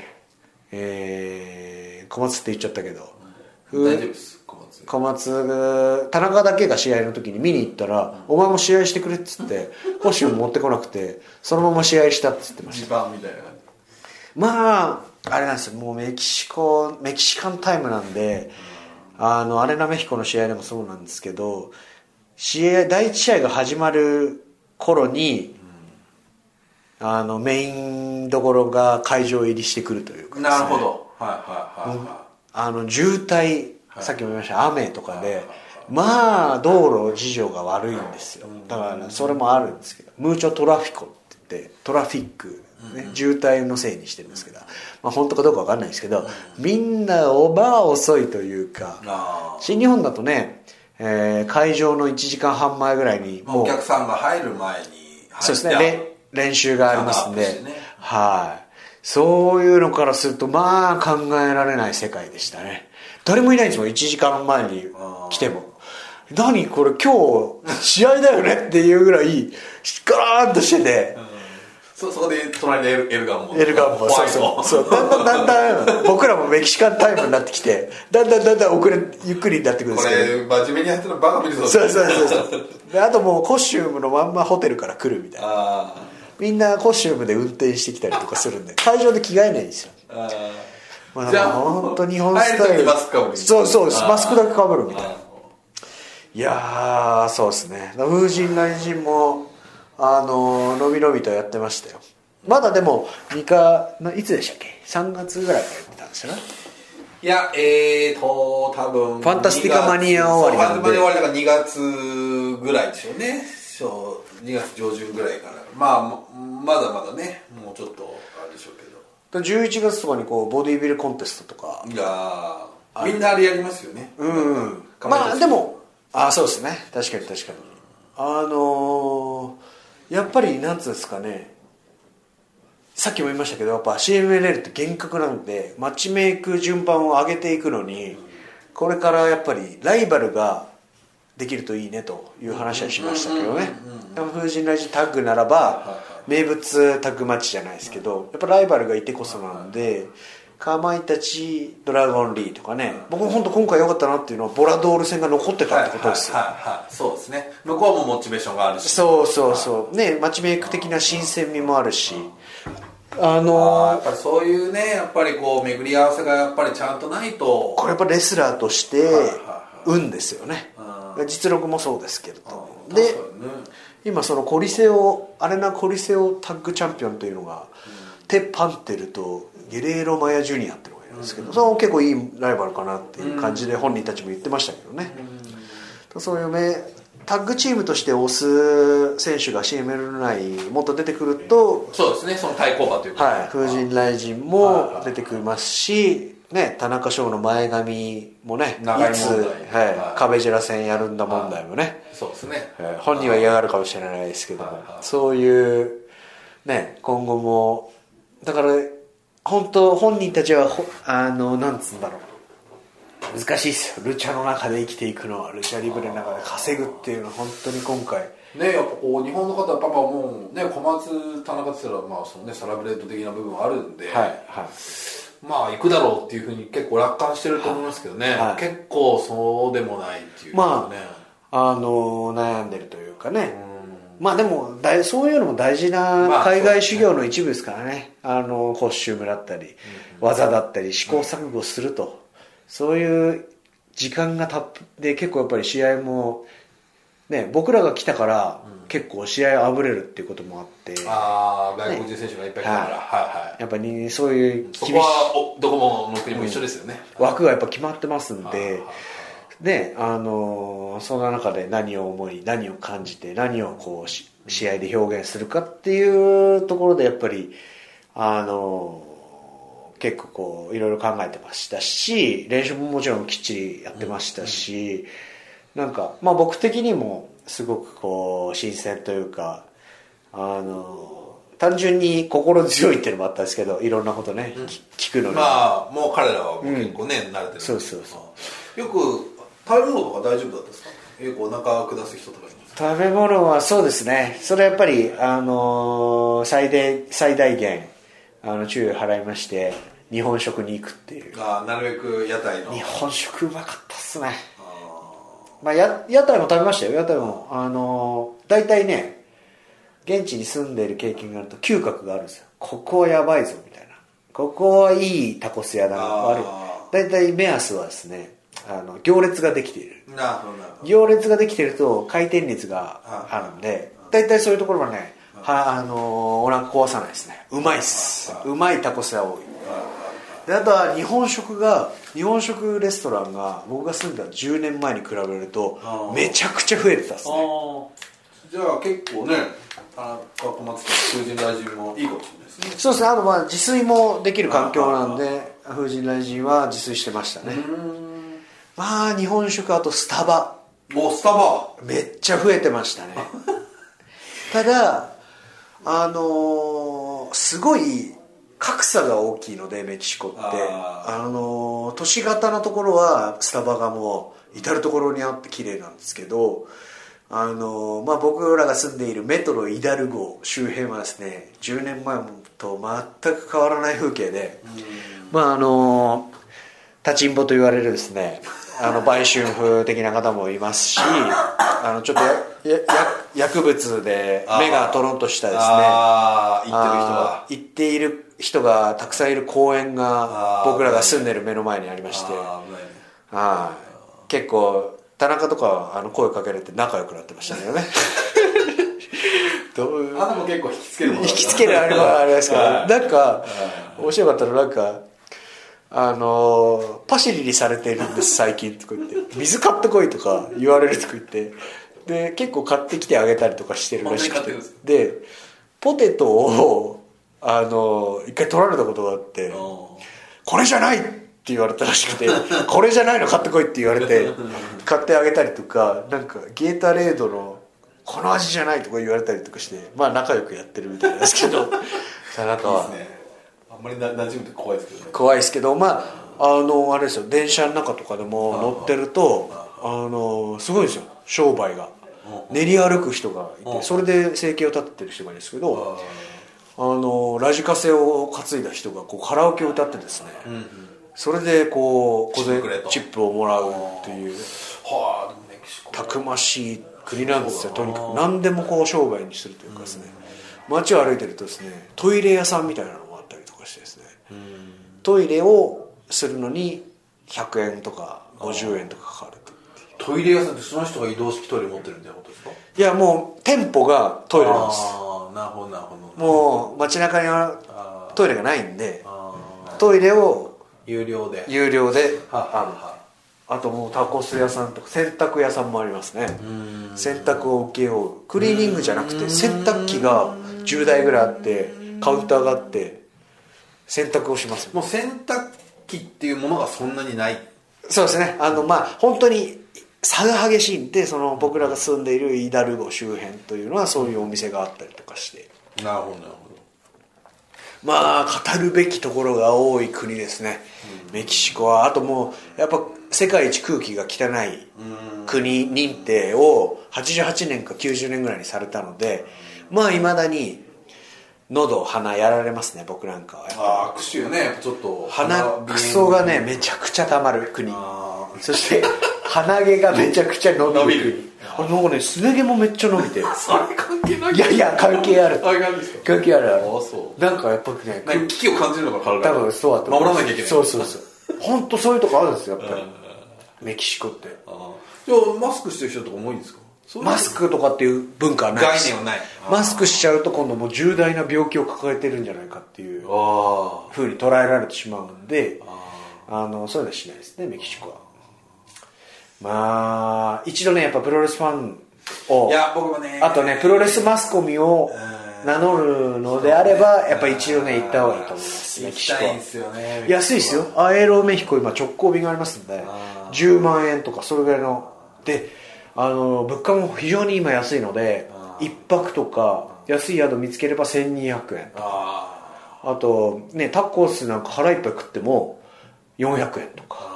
小松って言っちゃったけど、 大丈夫です。 小松田中だけが試合の時に見に行ったら、お前も試合してくれっつってコスチューム持ってこなくて、そのまま試合したっつってました。 ジパンみたいな。 まああれなんですよ、もうメキシカンタイムなんで、アレナメヒコの試合でもそうなんですけど、第1試合が始まる頃に、メインどころが会場入りしてくるというかですね。 なるほど。 渋滞、さっきも言いました雨とかで、まあ道路事情が悪いんですよ。だからそれもあるんですけど、ムーチョトラフィコって言ってトラフィック、渋滞のせいにしてるんですけど、本当かどうか分かんないですけど、みんな遅いというか、新日本だとね、会場の1時間半前ぐらいにもうお客さんが入る前にそうですね、練習がありますんで、そういうのからするとまあ考えられない世界でしたね。誰もいないんですもん、1時間前に来ても。何これ今日試合だよねっていうぐらいガラーンとしてて、 そこで隣でエルガンもそうだんだん僕らもメキシカンタイムになってきて、だんだんゆっくりになってくるんですけど、 これ真面目にやってるのバカ見るぞ。 であともうコスチュームのまんまホテルから来るみたいな、みんなコスチュームで運転してきたりとかするんで、会場で着替えないんですよ。じゃあ本当日本スタイル、マスクだけかぶるみたいな。いやそうですね。風神雷神ものびのびとやってましたよ。まだでもいつでしたっけ、3月ぐらいからやってたんですよね。 いや多分ファンタスティカマニア終わりなんで、 ファンタスティカマニア終わりだから2月ぐらいでしょうね。2月上旬ぐらいから、まだまだね、もうちょっとあれでしょうけど、 11月とかにこうボディビルコンテストとか、 いやみんなあれやりますよね。 でもそうですね、確かにやっぱりなんつうんですかね、さっきも言いましたけど、やっぱ CMLL って厳格なので、マッチメイク順番を上げていくのに、これからやっぱりライバルができるといいねという話はしましたけどね。風神雷神タッグならば名物タッグマッチじゃないですけど、やっぱライバルがいてこそなので、かまいたちドラゴンリーとかね、僕も本当今回良かったなっていうのはボラドール戦が残ってたってことですよ。 そうですね、向こうもモチベーションがあるし、 そうね、マッチメイク的な新鮮味もあるし、 やっぱりそういうね、やっぱりこう巡り合わせがやっぱりちゃんとないと、 これやっぱレスラーとして運ですよね。実力もそうですけれど、で今そのアレナコリセオタッグチャンピオンというのが、テ・パンテルとゲレーロ・マヤ・ジュニアっていうのがるんですけど、それは結構いいライバルかなっていう感じで本人たちも言ってましたけどね、そういうタッグチームとして推す選手が CML 内もっと出てくると、 そうですね、その対抗馬というか、 はい、風神雷神も出てきますし、ね、田中翔の前髪もね、いつ、はい、壁ジェラ戦やるんだ問題もね、 そうですね、 本人は嫌がるかもしれないですけども、そういうね、今後もだから本人たちはなんつうんだろう、難しいですよ、ルチャの中で生きていくのは、ルチャリブレの中で稼ぐっていうのは本当に今回ね、やっぱこう日本の方はパパもうね、小松田中って言ったら、まあそのね、サラブレッド的な部分はあるんで、 はいはい、 まあ行くだろうっていうふうに結構楽観してると思いますけどね、はい、結構そうでもないっていうかね、 まあ悩んでるというかね、まあでもそういうのも大事な海外修行の一部ですからね、コスチュームだったり、技だったり試行錯誤すると、そういう時間がで結構やっぱり試合もね、僕らが来たから結構試合あぶれるっていうこともあって、 外国人選手がいっぱい来たから、はいはい、 やっぱりそういうそこはどこもの国も一緒ですよね、 枠がやっぱ決まってますんで、でその中で何を思い何を感じて何をこう試合で表現するかっていうところでやっぱり結構こういろいろ考えてましたし、練習ももちろんきっちりやってましたし、なんかまあ僕的にもすごくこう新鮮というか単純に心強いっていうのもあったんですけど、いろんなことね、聞くのに、 まあもう彼らはもう結構ね、慣れてる。 そうそうそう。 よく食べ物とか大丈夫だったんですか？よくお腹下す人とかいますか？ 食べ物はそうですね、それはやっぱり最大限注意を払いまして日本食に行くっていう。 なるべく屋台の日本食うまかったっすね。まあ、屋台も食べましたよ。屋台も大体ね、現地に住んでいる経験があると嗅覚があるんですよ。ここはやばいぞみたいな、ここはいいタコス屋だな、大体目安はですね、行列ができている。行列ができていると回転率があるんで、大体そういうところはね、お腹壊さないですね。うまいっす。うまいタコス屋多い。であとは日本食レストランが僕が住んだ10年前に比べるとめちゃくちゃ増えてたっすね。 じゃあ結構ね、小松風神雷神もいいかもしれないですね。 そうですね、まあ自炊もできる環境なんで風神雷神は自炊してましたね。まあ日本食、あとスタバめっちゃ増えてましたね。ただすごい格差が大きいのでメキシコって都市型のところはスタバがもう至る所にあって綺麗なんですけど、まあ、僕らが住んでいるメトロイダルゴ周辺はですね、10年前と全く変わらない風景で、まあ立ちんぼと言われるですね、売春婦的な方もいますし、ちょっと薬物で目がトロンとしたですね、行っている人がたくさんいる公園が僕らが住んでる目の前にありまして、結構田中とか声かけられて仲良くなってましたね。 でも結構引きつけるあれはありますから、なんか面白かったの、なんかパシリにされてるんです最近とか言って、水買ってこいとか言われるとか言って、で結構買ってきてあげたりとかしてるらしくて、でポテトを一回取られたことがあって、これじゃないって言われたらしくて、これじゃないの買ってこいって言われて買ってあげたりとか、なんかゲータレードのこの味じゃないとか言われたりとかして、まあ仲良くやってるみたいですけど、田中は。いいですね。 あんまり馴染むと怖いですけどね。 怖いですけど、まああれですよ、電車の中とかでも乗ってるとすごいですよ、商売が練り歩く人がいて、それで生計を立ててる人がいるんですけど、ラジカセを担いだ人がこうカラオケを歌ってですね、それでこうチップをもらうっていうたくましい国なんですよ。とにかく何でもこう商売にするというかですね、街を歩いてるとですね、トイレ屋さんみたいなのもあったりとかしてですね、トイレをするのに100円とか50円とかかかると。 トイレ屋さんってその人が移動式トイレ持ってるみたいなことですか？ いや、もう店舗がトイレなんです。 なるほどなるほど。 もう街中にはトイレがないんで、トイレを有料であともうタコス屋さんとか洗濯屋さんもありますね。洗濯を請け負うクリーニングじゃなくて洗濯機が10台ぐらいあってカウンターがあって洗濯をします。 もう洗濯機っていうものがそんなにない。 そうですね。本当に差が激しいんで、その僕らが住んでいるイダルゴ周辺というのはそういうお店があったりとかして、 なるほど語るべきところが多い国ですね、メキシコは。あともうやっぱ世界一空気が汚い国認定を88年か90年ぐらいにされたので、いまだに喉鼻やられますね、僕なんかは。 握手よね、ちょっと鼻くそがねめちゃくちゃたまる国。そして鼻毛がめちゃくちゃ伸びる国。なんかね、すね毛もめっちゃ伸びてそれ関係ない。 いや関係ある。関係ある。 そうなんかやっぱね、 危機を感じるのが体が多分そうだと思う。 守らなきゃいけない。 そう本当そういうとこあるんですよ、やっぱりメキシコって。 じゃあマスクしてる人とかも多いんですか？ マスクとかっていう文化はないです。 概念はない。 マスクしちゃうと今度もう重大な病気を抱えてるんじゃないかっていうふうに捉えられてしまうんで、そういうのはしないですね、メキシコは。一度ね、やっぱプロレスファンを、 いや僕もね、 あとねプロレスマスコミを名乗るのであればやっぱ一度ね行った方がいいと思います。メキシコは安いですよ。アエロメヒコ今直行便がありますんで10万円とかそれぐらいので、物価も非常に今安いので1泊とか安い宿見つければ1200円とか、あとねタコスなんか腹いっぱい食っても400円とか、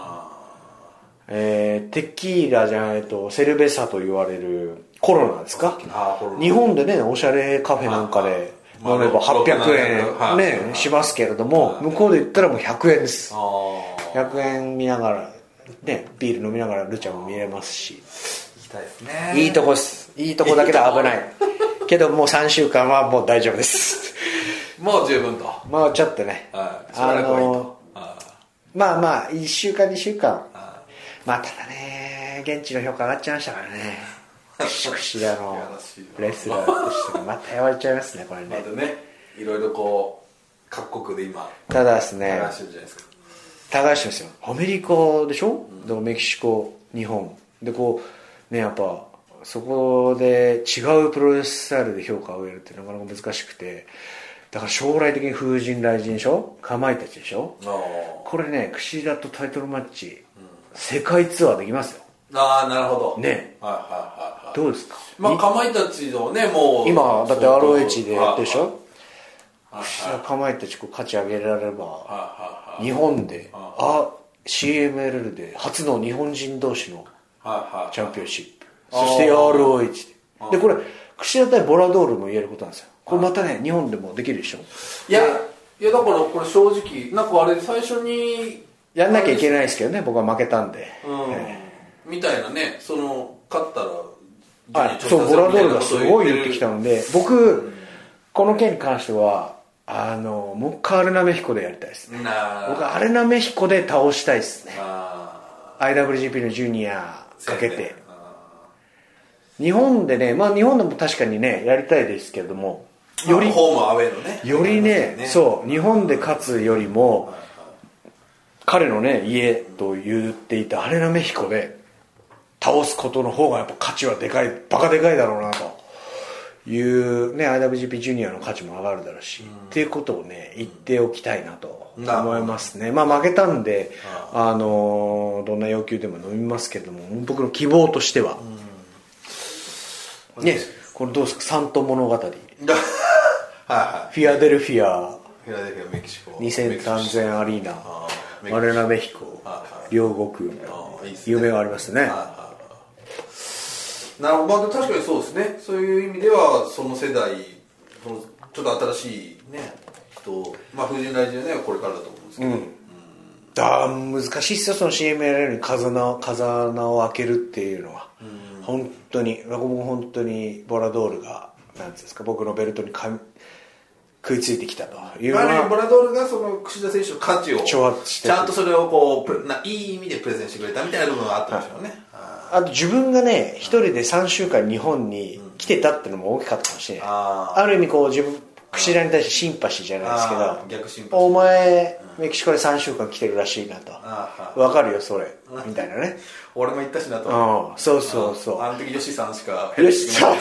テキーラじゃないとセルベサと言われるコロナですか。日本でねおしゃれカフェなんかで飲めば800円ねしますけれども、向こうで言ったらもう100円です。100円見ながらねビール飲みながらルチャも見れますし、いいとこです。いいとこだけど危ないけどもう3週間はもう大丈夫ですもう十分と。 ちょっとね、1週間2週間ただね現地の評価上がっちゃいましたからねくしレスラーとしてまたやられちゃいますねこれね。 いろいろこう各国で今ただですね高橋してるじゃないですか。 高橋ですよ。アメリカでしょ、だからメキシコ日本でこうねやっぱそこで違うプロレススタイルで評価を上げるってなかなか難しくて、だから将来的に風神雷神でしょ、かまいたちでしょ、これね櫛田とタイトルマッチ、世界ツアーできますよ。 なるほどね。どうですか。 かまいたちのねもう今だって ROH でやってるでしょ。櫛田かまいたち勝ち上げられれば日本でCMLL で初の日本人同士のチャンピオンシップ、そして ROH でこれ櫛田対ボラドールも言えることなんですよ。これまたね日本でもできるでしょ。 いやだからこれ正直なんかあれ最初にやんなきゃいけないですけどね、僕は負けたんで、 みたいなね、その勝ったらそうボラドールがすごい言ってきたので、僕この件に関してはもう一回アレナメヒコでやりたいですね。僕はアレナメヒコで倒したいですね。IWGP のジュニアかけて日本でね、日本でも確かにねやりたいですけれども、 よりホームアウェーのねよりねそう日本で勝つよりも彼のね家と言っていたアレナメヒコで倒すことの方がやっぱ価値はでかい、バカでかいだろうなというね、 IWGP ジュニアの価値も上がるだろうし、っていうことをね言っておきたいなと思いますね。負けたんでどんな要求でも飲みますけれども、僕の希望としてはね、これどうですか、サント物語フィアデルフィアメキシコ 2000アリーナアレナメヒコ両国夢がありますね。 なるほど、確かにそうですね。そういう意味ではその世代ちょっと新しいね人、風神雷神はねこれからだと思うんですけど、 難しいっすよ、その CMLL に風穴を開けるっていうのは。本当に僕も本当にボラドールがなんていうんですか、僕のベルトに食いついてきたというのは、 ボラドールがその櫛田選手の価値をちゃんとそれをこういい意味でプレゼンしてくれたみたいな部分があったんでしょうね。 あと自分がね一人で3週間日本に来てたっていうのも大きかったかもしれない。ある意味こう自分櫛田に対してシンパシーじゃないですけど、 逆シンパシー、 お前メキシコで3週間来てるらしいなと、分かるよそれみたいなね、 俺も行ったしなと、 そうそうそう、 あの時ヨシさんしかヨシさん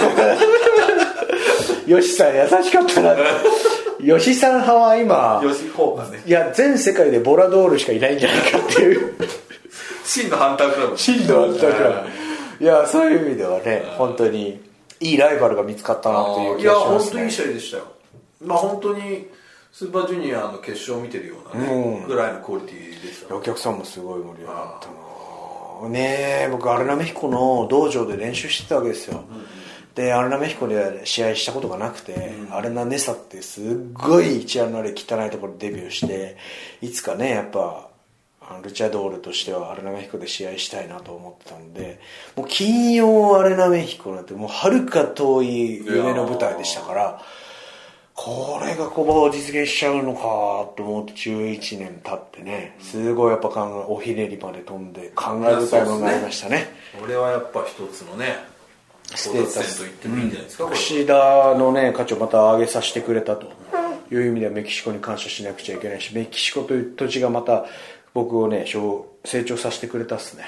ヨシさん優しかったなヨシさん派は今ヨシ効果ね、 いや全世界でボラドールしかいないんじゃないかっていう真のハンタークラブ、 真のハンタークラブ、いやそういう意味ではね、本当にいいライバルが見つかったなという気がしますね。いや本当にいい試合でしたよ。まあ本当にスーパージュニアの決勝を見てるようなね、ぐらいのクオリティでした。 お客さんもすごい盛り上がったなね。僕アレナメヒコの道場で練習してたわけですよ、でアレナメヒコで試合したことがなくて、アレナネサってすっごい治安の悪い汚いところでデビューして、いつかねやっぱルチャドールとしてはアレナメヒコで試合したいなと思ってたんで、もう金曜アレナメヒコなんてもうはるか遠い夢の舞台でしたから、これがこう実現しちゃうのかと思って11年経ってね、すごいやっぱおひねりまで飛んで感慨深いものになりましたね。 俺はやっぱ一つのねステータスと言ってもいいんじゃないですか、 櫛田のね価値をまた上げさせてくれたという意味ではメキシコに感謝しなくちゃいけないし、メキシコという土地がまた僕をね成長させてくれたっすね。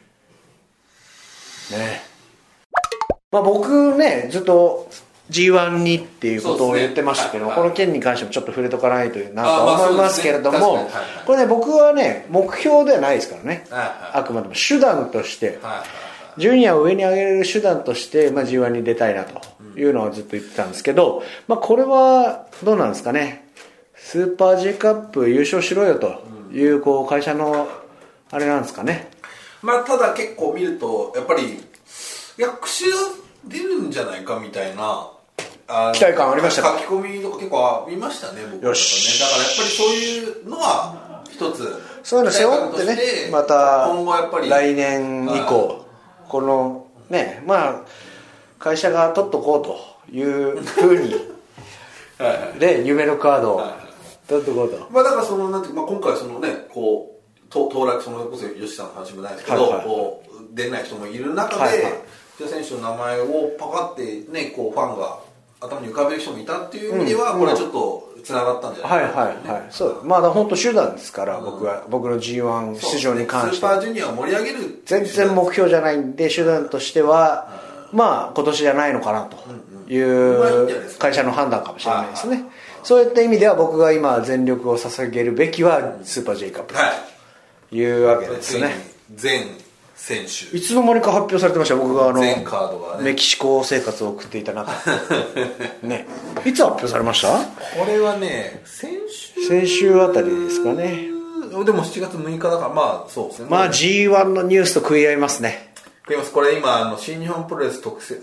まあ僕ねずっとG1 にっていうことを言ってましたけど、この件に関してもちょっと触れとかないとなと思いますけれども、これね僕はね目標ではないですからね、あくまでも手段としてジュニアを上に上げれる手段として、まあ、G1 に出たいなというのはずっと言ってたんですけど、まあ、これはどうなんですかね、スーパー J カップ優勝しろよという、こう会社のあれなんですかね。 まあただ結構見るとやっぱりいや櫛田出るんじゃないかみたいな期待感ありましたか。 書き込みとか結構見ましたね僕はね。よし、だからやっぱりそういうのは一つそういうの背負ってね、また今後やっぱり来年以降このねまあ会社が取っとこうというふうにで夢のカードを取っとこうと、 まあだからそのなんていう、まあ、今回そのねこう当落そのこそ吉さんの話もないですけど、こう出ない人もいる中で吉田選手の名前をパカってねこうファンが頭に浮かべる人もいたっていう意味では、これはちょっとつながったんじゃないかな、ね、はいそうまだ本当手段ですから、僕の G1 出場に関してスーパージュニアを盛り上げる全然目標じゃないんで、手段としては、まあ今年じゃないのかなという会社の判断かもしれないですね。そういった意味では僕が今全力を捧げるべきはスーパー J カップというわけですね。 全選手いつの間にか発表されてました。僕が全カードが、ね、 メキシコ生活を送っていた中ね、いつ発表されました？ これはね先週あたりですかね。 でも7月6日だからまあそうですね。 まあ G1 のニュースと食い合いますね。 食います。これ今新日本プロレス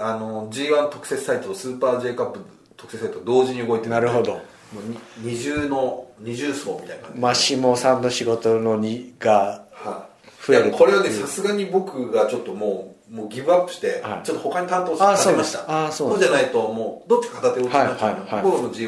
G1 特設サイトとスーパー J カップ特設サイト同時に動いてる。 なるほど。もう二重層みたいな感じ。 マシモさんの仕事の2が増える。 これはねさすがに僕がちょっともうギブアップして、ちょっと他に担当して立てました。そうじゃないともうどっちか片手落ちになっちゃう。僕の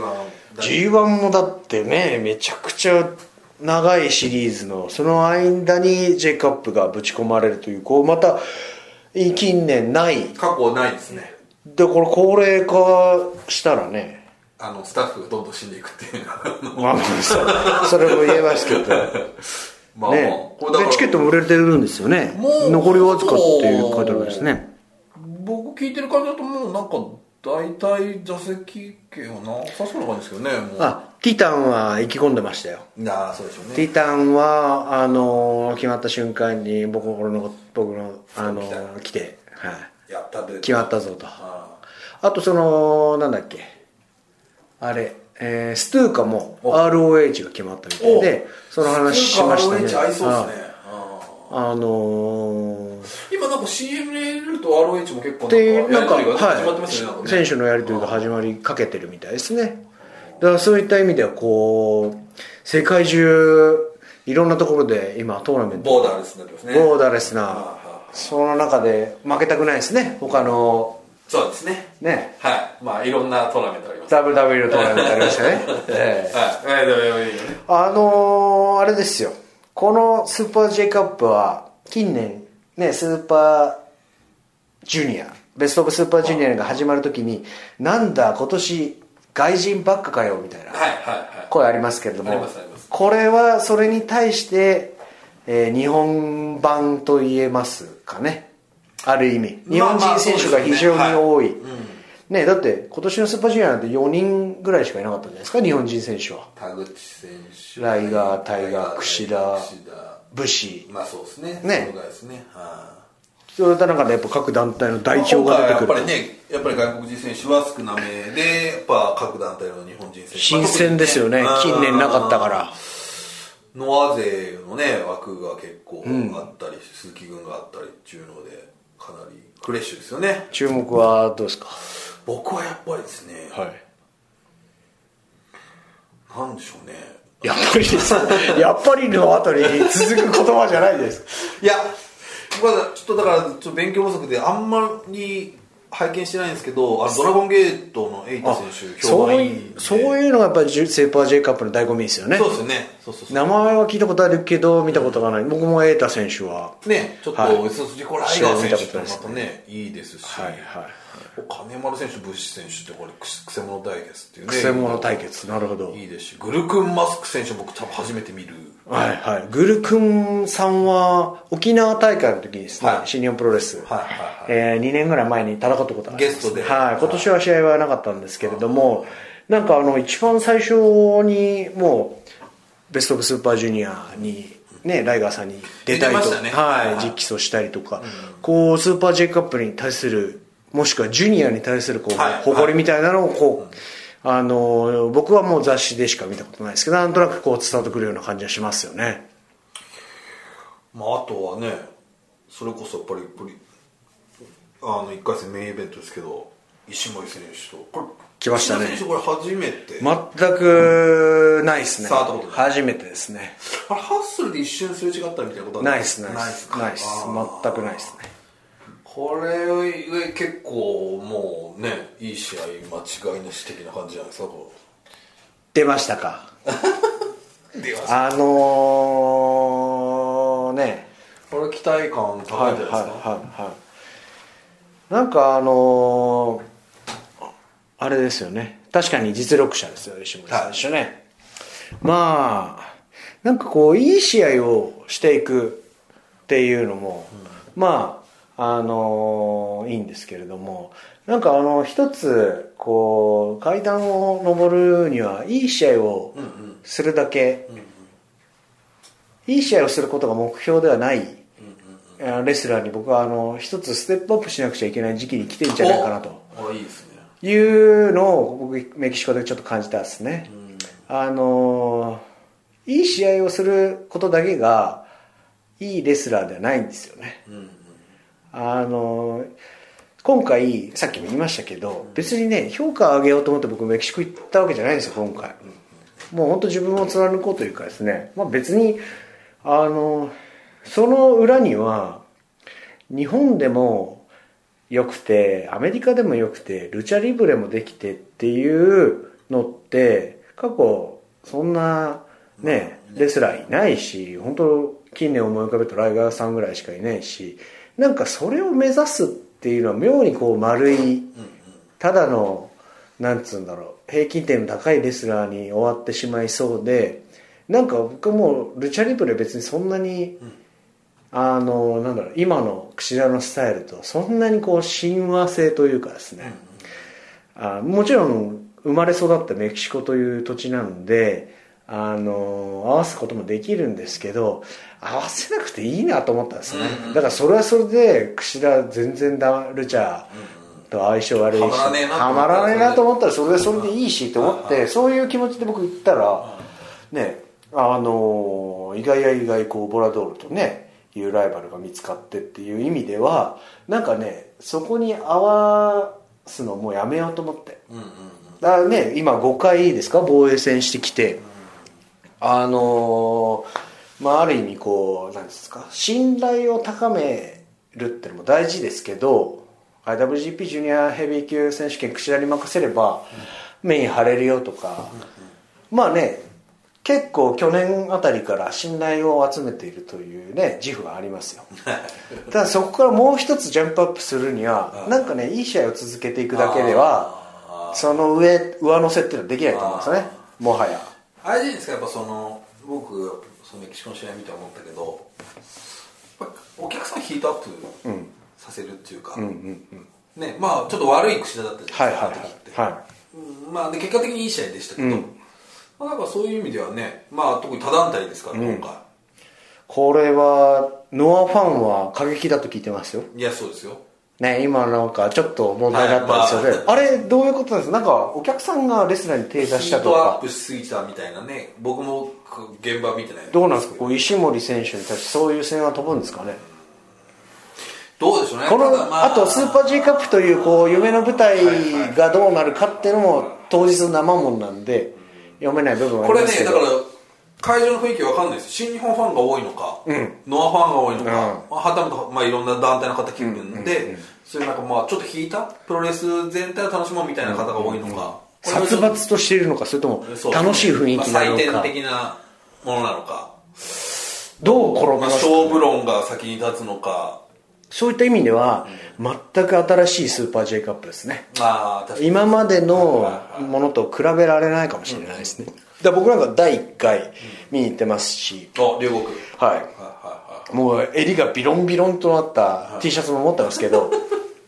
G1 もだってねめちゃくちゃ長いシリーズのその間に J カップがぶち込まれるという、こうまた近年ない過去ないですね。 でこれ高齢化したらねスタッフがどんどん死んでいくっていうまあそれも言えますけどまあ、ね、でチケットも売れてるんですよね。残りわずかっていう書いてあるんですね。 僕聞いてる感じだともうなんか大体座席券はなさそうな感じですけどね。もうティタンは意気込んでましたよ。 そうでしょうね。 ティタンは決まった瞬間に僕の来て、 やったで決まったぞと。あとなんだっけあれストゥーカも ROH が決まったみたいで、その話しましたね。 ストゥーカ ROH 合いそうですね。今なんか CM で入れると ROH も結構なんかやり取りが始まってますよね。 選手のやり取りが始まりかけてるみたいですね。だからそういった意味ではこう世界中いろんなところで今トーナメントボーダーレスになってますね。 ボーダーレスなその中で負けたくないですね。他のそうですね。はい。まあいろんなトーナメントあります。 WWE のトーナメントありましたね。あれですよ。このスーパー J カップは近年ねスーパージュニアベストオブスーパージュニアが始まるときになんだ今年外人ばっかかよみたいな声ありますけれども、 あります。 これはそれに対して、日本版と言えますかね。ある意味日本人選手が非常に多い、ね、だって今年のスーパージュニアなんて4人ぐらいしかいなかったんじゃないですか、日本人選手は。 田口選手、 ライガー、タイガー、櫛田、武士、 まあそうですね、 ね、 そうですね、 そういった中でやっぱ各団体の代表が出てくる。 やっぱり外国人選手は少なめで、やっぱ各団体の日本人選手新鮮ですよね、近年なかったから。 ノア勢のね枠が結構あったり、鈴木軍があったりっていうのでかなりフレッシュですよね。 注目はどうですか？ 僕はやっぱりですね、なんでしょうね、 やっぱりですやっぱりの後に続く言葉じゃないです。 いや、まだちょっとだからちょっと勉強不足であんまり拝見してないんですけど、ドラゴンゲートのエイト選手評判いいんで、 そういうのがやっぱりセーパー J カップの醍醐味ですよね。 そうですよね。そう名前は聞いたことあるけど見たことがない、僕もエイタ選手はね、ちょっと自己ライガー選手ってまたねいいですし、金丸選手、ブッシュ選手ってこれくせ者対決っていうね、 くせ者対決、なるほど、 いいですし、グルクンマスク選手僕多分初めて見る。 グルクンさんは沖縄大会の時にですね、新日本プロレス、2年ぐらい前に戦ったことがあります。 ゲストで、 今年は試合はなかったんですけれども、なんか一番最初にもうベストオブスーパージュニアにね、ライガーさんに出たいと、直訴したりとか、こうスーパー J カップに対する、もしくはジュニアに対するこう、誇りみたいなのをこう、僕はもう雑誌でしか見たことないですけど、なんとなくこう伝わってくるような感じがしますよね。 あとはね、それこそやっぱり1回戦メインイベントですけど、石森選手とこれ来ましたね。 これ初めて、 全くないですね。初めてですね。 ハッスルで一瞬すれ違ったみたいなことはないです、全くないですね。 これ結構もうね、いい試合間違いなし的な感じじゃないですか。 出ましたか。 出ましたね、 これ期待感高いんじゃないですか。 なんかあれですよね、確かに実力者ですよ、石森選手ね。まあなんかこういい試合をしていくっていうのも、まあいいんですけれども、なんか一つこう階段を上るにはいい試合をするだけ、いい試合をすることが目標ではないレスラーに僕は一つステップアップしなくちゃいけない時期に来てるんじゃないかなというのを僕メキシコでちょっと感じたんですね。いい試合をすることだけがいいレスラーではないんですよね。今回さっきも言いましたけど、別にね評価を上げようと思って僕メキシコ行ったわけじゃないんですよ今回。もう本当自分を貫こうというかですね、別にその裏には日本でもよくてアメリカでもよくてルチャリブレもできてっていうのって過去そんなねレスラーいないし、本当近年思い浮かべるとライガーさんぐらいしかいないし、なんかそれを目指すっていうのは妙にこう丸いただのなんつうんだろう平均点の高いレスラーに終わってしまいそうで、なんか僕もルチャリブレ別にそんなになんだろう今の櫛田のスタイルとそんなにこう親和性というかですね、もちろん生まれ育ったメキシコという土地なので合わすこともできるんですけど、合わせなくていいなと思ったんですね。だからそれはそれで櫛田全然ルチャと相性悪いしはまらねえなと思ったらそれはそれでいいしと思って、そういう気持ちで僕言ったらね、意外や意外こうボラドールとねいうライバルが見つかってっていう意味ではなんかねそこに合わすのもうやめようと思って、だからね今5回ですか防衛戦してきて、ある意味こうなんですか信頼を高めるってのも大事ですけど、 IWGP ジュニアヘビー級選手権櫛田に任せればメイン張れるよとか、まあね結構去年あたりから信頼を集めているというね自負がありますよ。ただそこからもう一つジャンプアップするにはなんかねいい試合を続けていくだけではその上乗せっていうのはできないと思うんですよね、もはや。 あれじゃないですか、やっぱ僕そのメキシコの試合見て思ったけど、やっぱお客さんヒートアップさせるっていうか、ね、まあちょっと悪い口だったじゃないですか、まあで結果的にいい試合でしたけど、まあ、なんかそういう意味ではね、まあ特に他団体ですから、今回。 これはノアファンは過激だと聞いてますよ。 いや、そうですよ。 ね、今なんかちょっと問題だったんですよね。あれどういうことなんですか？なんかお客さんがレスラーに手出したとか。 ヒートアップしすぎたみたいなね。僕も現場見てない。 どうなんですか？こう石森選手に対してそういう線は飛ぶんですかね。 どうでしょうね。 あとスーパー G カップというこう夢の舞台がどうなるかっていうのも当日の生もんなんで読めない部分はありますけど。 これね、だから会場の雰囲気わかんないです。新日本ファンが多いのか、ノアファンが多いのか、はたまたまあいろんな団体の方来るんで、そういうなんかまあちょっと引いたプロレス全体を楽しもうみたいな方が多いのか、 殺伐としているのか、それとも楽しい雰囲気なのか、 採点的なものなのか、 どう転びますかね。 勝負論が先に立つのか。 そういった意味では、全く新しいスーパー J カップですね。今までのものと比べられないかもしれないですね。だ僕なんか第1回見に行ってますし、 両国、 もう襟がビロンビロンとなった T シャツも持ってますけど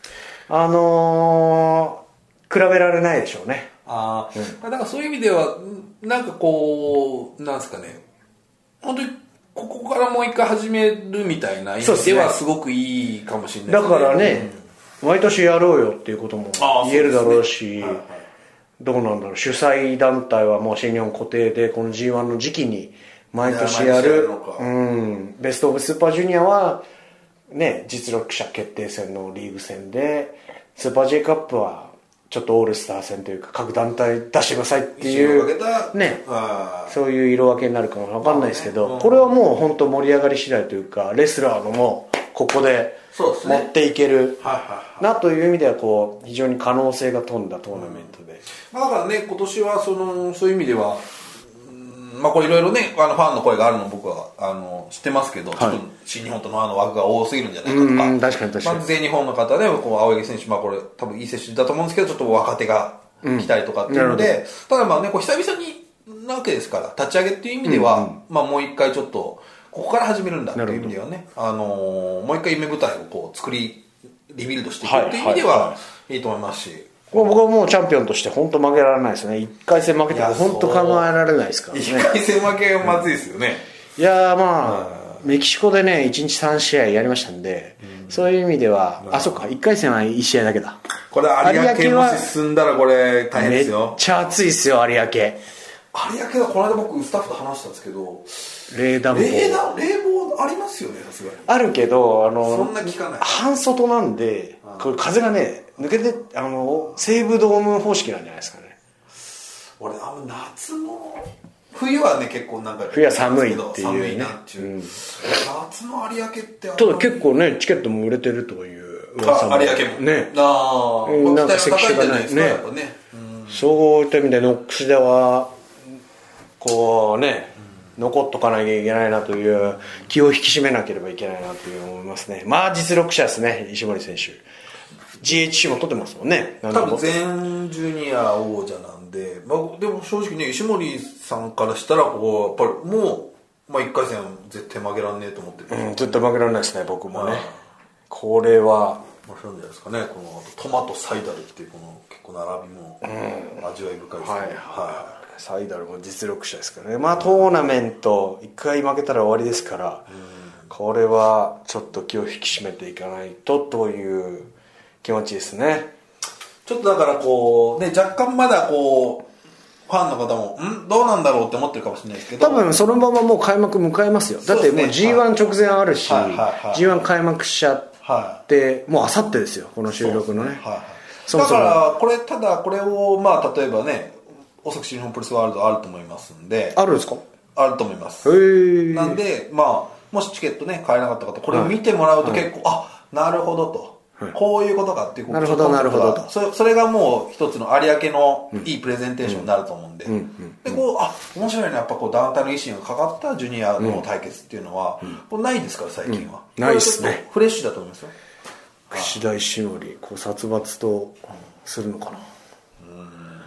比べられないでしょうね。 だからそういう意味ではなんかこうなんですかね、本当にここからもう一回始めるみたいな意味ではすごくいいかもしれないですね。 だからね、毎年やろうよっていうことも言えるだろうし、どうなんだろう、主催団体はもう新日本固定でこの G1 の時期に毎年やる、ベストオブスーパージュニアはね、実力者決定戦のリーグ戦で、スーパー J カップはちょっとオールスター戦というか各団体出してくださいっていうね、そういう色分けになるかも分かんないですけど、これはもう本当盛り上がり次第というか、レスラーのもここで持っていけるなという意味ではこう非常に可能性が飛んだトーナメントで、 だからね、今年はそういう意味では、まあこれいろいろね、ファンの声があるの僕は知ってますけど、ちょっと新日本との枠が多すぎるんじゃないかとか、確かに全日本の方でこう青柳選手、まあこれ多分いい選手だと思うんですけど、ちょっと若手が来たりとかっていうので、ただまあね、こう久々になわけですから立ち上げっていう意味では、まあもう一回ちょっとここから始めるんだっていう意味ではね、もう一回夢舞台をこうリビルドしていくっていう意味ではいいと思いますし。 僕はもうチャンピオンとして本当負けられないですね。1回戦負けても本当考えられないですからね。 1回戦負けがまずいですよね。 いやまあメキシコでね1日3試合やりましたんで、そういう意味ではそっか、1回戦は1試合だけだ。 これ有明もし進んだらこれ大変ですよ。 めっちゃ暑いですよ有明。 有明はこの間僕スタッフと話したんですけど、 冷房ありますよね、さすがに。 あるけどそんな効かない。 半外なんで、これ風がね抜けて西武ドーム方式なんじゃないですかね。 俺夏の冬はね結構なんか冬は寒いっていうね、 寒いなっていう、夏の有明ってただ結構ねチケットも売れてるという噂も有明もね、 なんか席数がないね。 そういった意味でノックスではこうね、残っとかなきゃいけないなという気を引き締めなければいけないなという思いますね。まあ実力者ですね、石森選手。GHC も取ってますもんね。 多分全ジュニア王者なんで、まあ、でも正直ね、石森さんからしたらこうやっぱりもう、まあ、1回戦絶対負けらんねえと思ってて、 絶対負けられないですね、僕もね。これは面白いんじゃないですかね。このトマトサイダルっていうこの結構並びも味わい深いですね。 サイダルも実力者ですからね。まあトーナメント1回負けたら終わりですから、これはちょっと気を引き締めていかないとという気持ちですね。 ちょっとだからこうね、若干まだこうファンの方もどうなんだろうって思ってるかもしれないですけど、 多分そのままもう開幕迎えますよ。だってもう G1 直前あるし、G1 開幕しちゃってもうあさってですよ、この収録のね。 だからこれただこれをまあ例えばね、おそらく新日本プロレスワールドあると思いますんで。 あるんですか？ あると思います。なんでまあもしチケットね買えなかった方、これを見てもらうと結構、なるほどと、こういうことかっていう、 なるほどなるほどと、 それがもう一つの有明のいいプレゼンテーションになると思うんで、でこう面白いね、やっぱこう団体の威信がかかったジュニアの対決っていうのは、これないですから最近は。 ないですね。 フレッシュだと思いますよ。 櫛田石森こう殺伐とするのかな。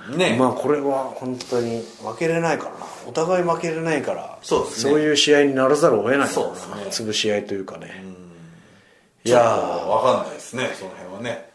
ね、 まあこれは本当に負けれないからな、お互い負けれないから、 そうですね、 そういう試合にならざるを得ないからね、 そうですね、 潰し合いというかね、 いやー分かんないですね、その辺はね。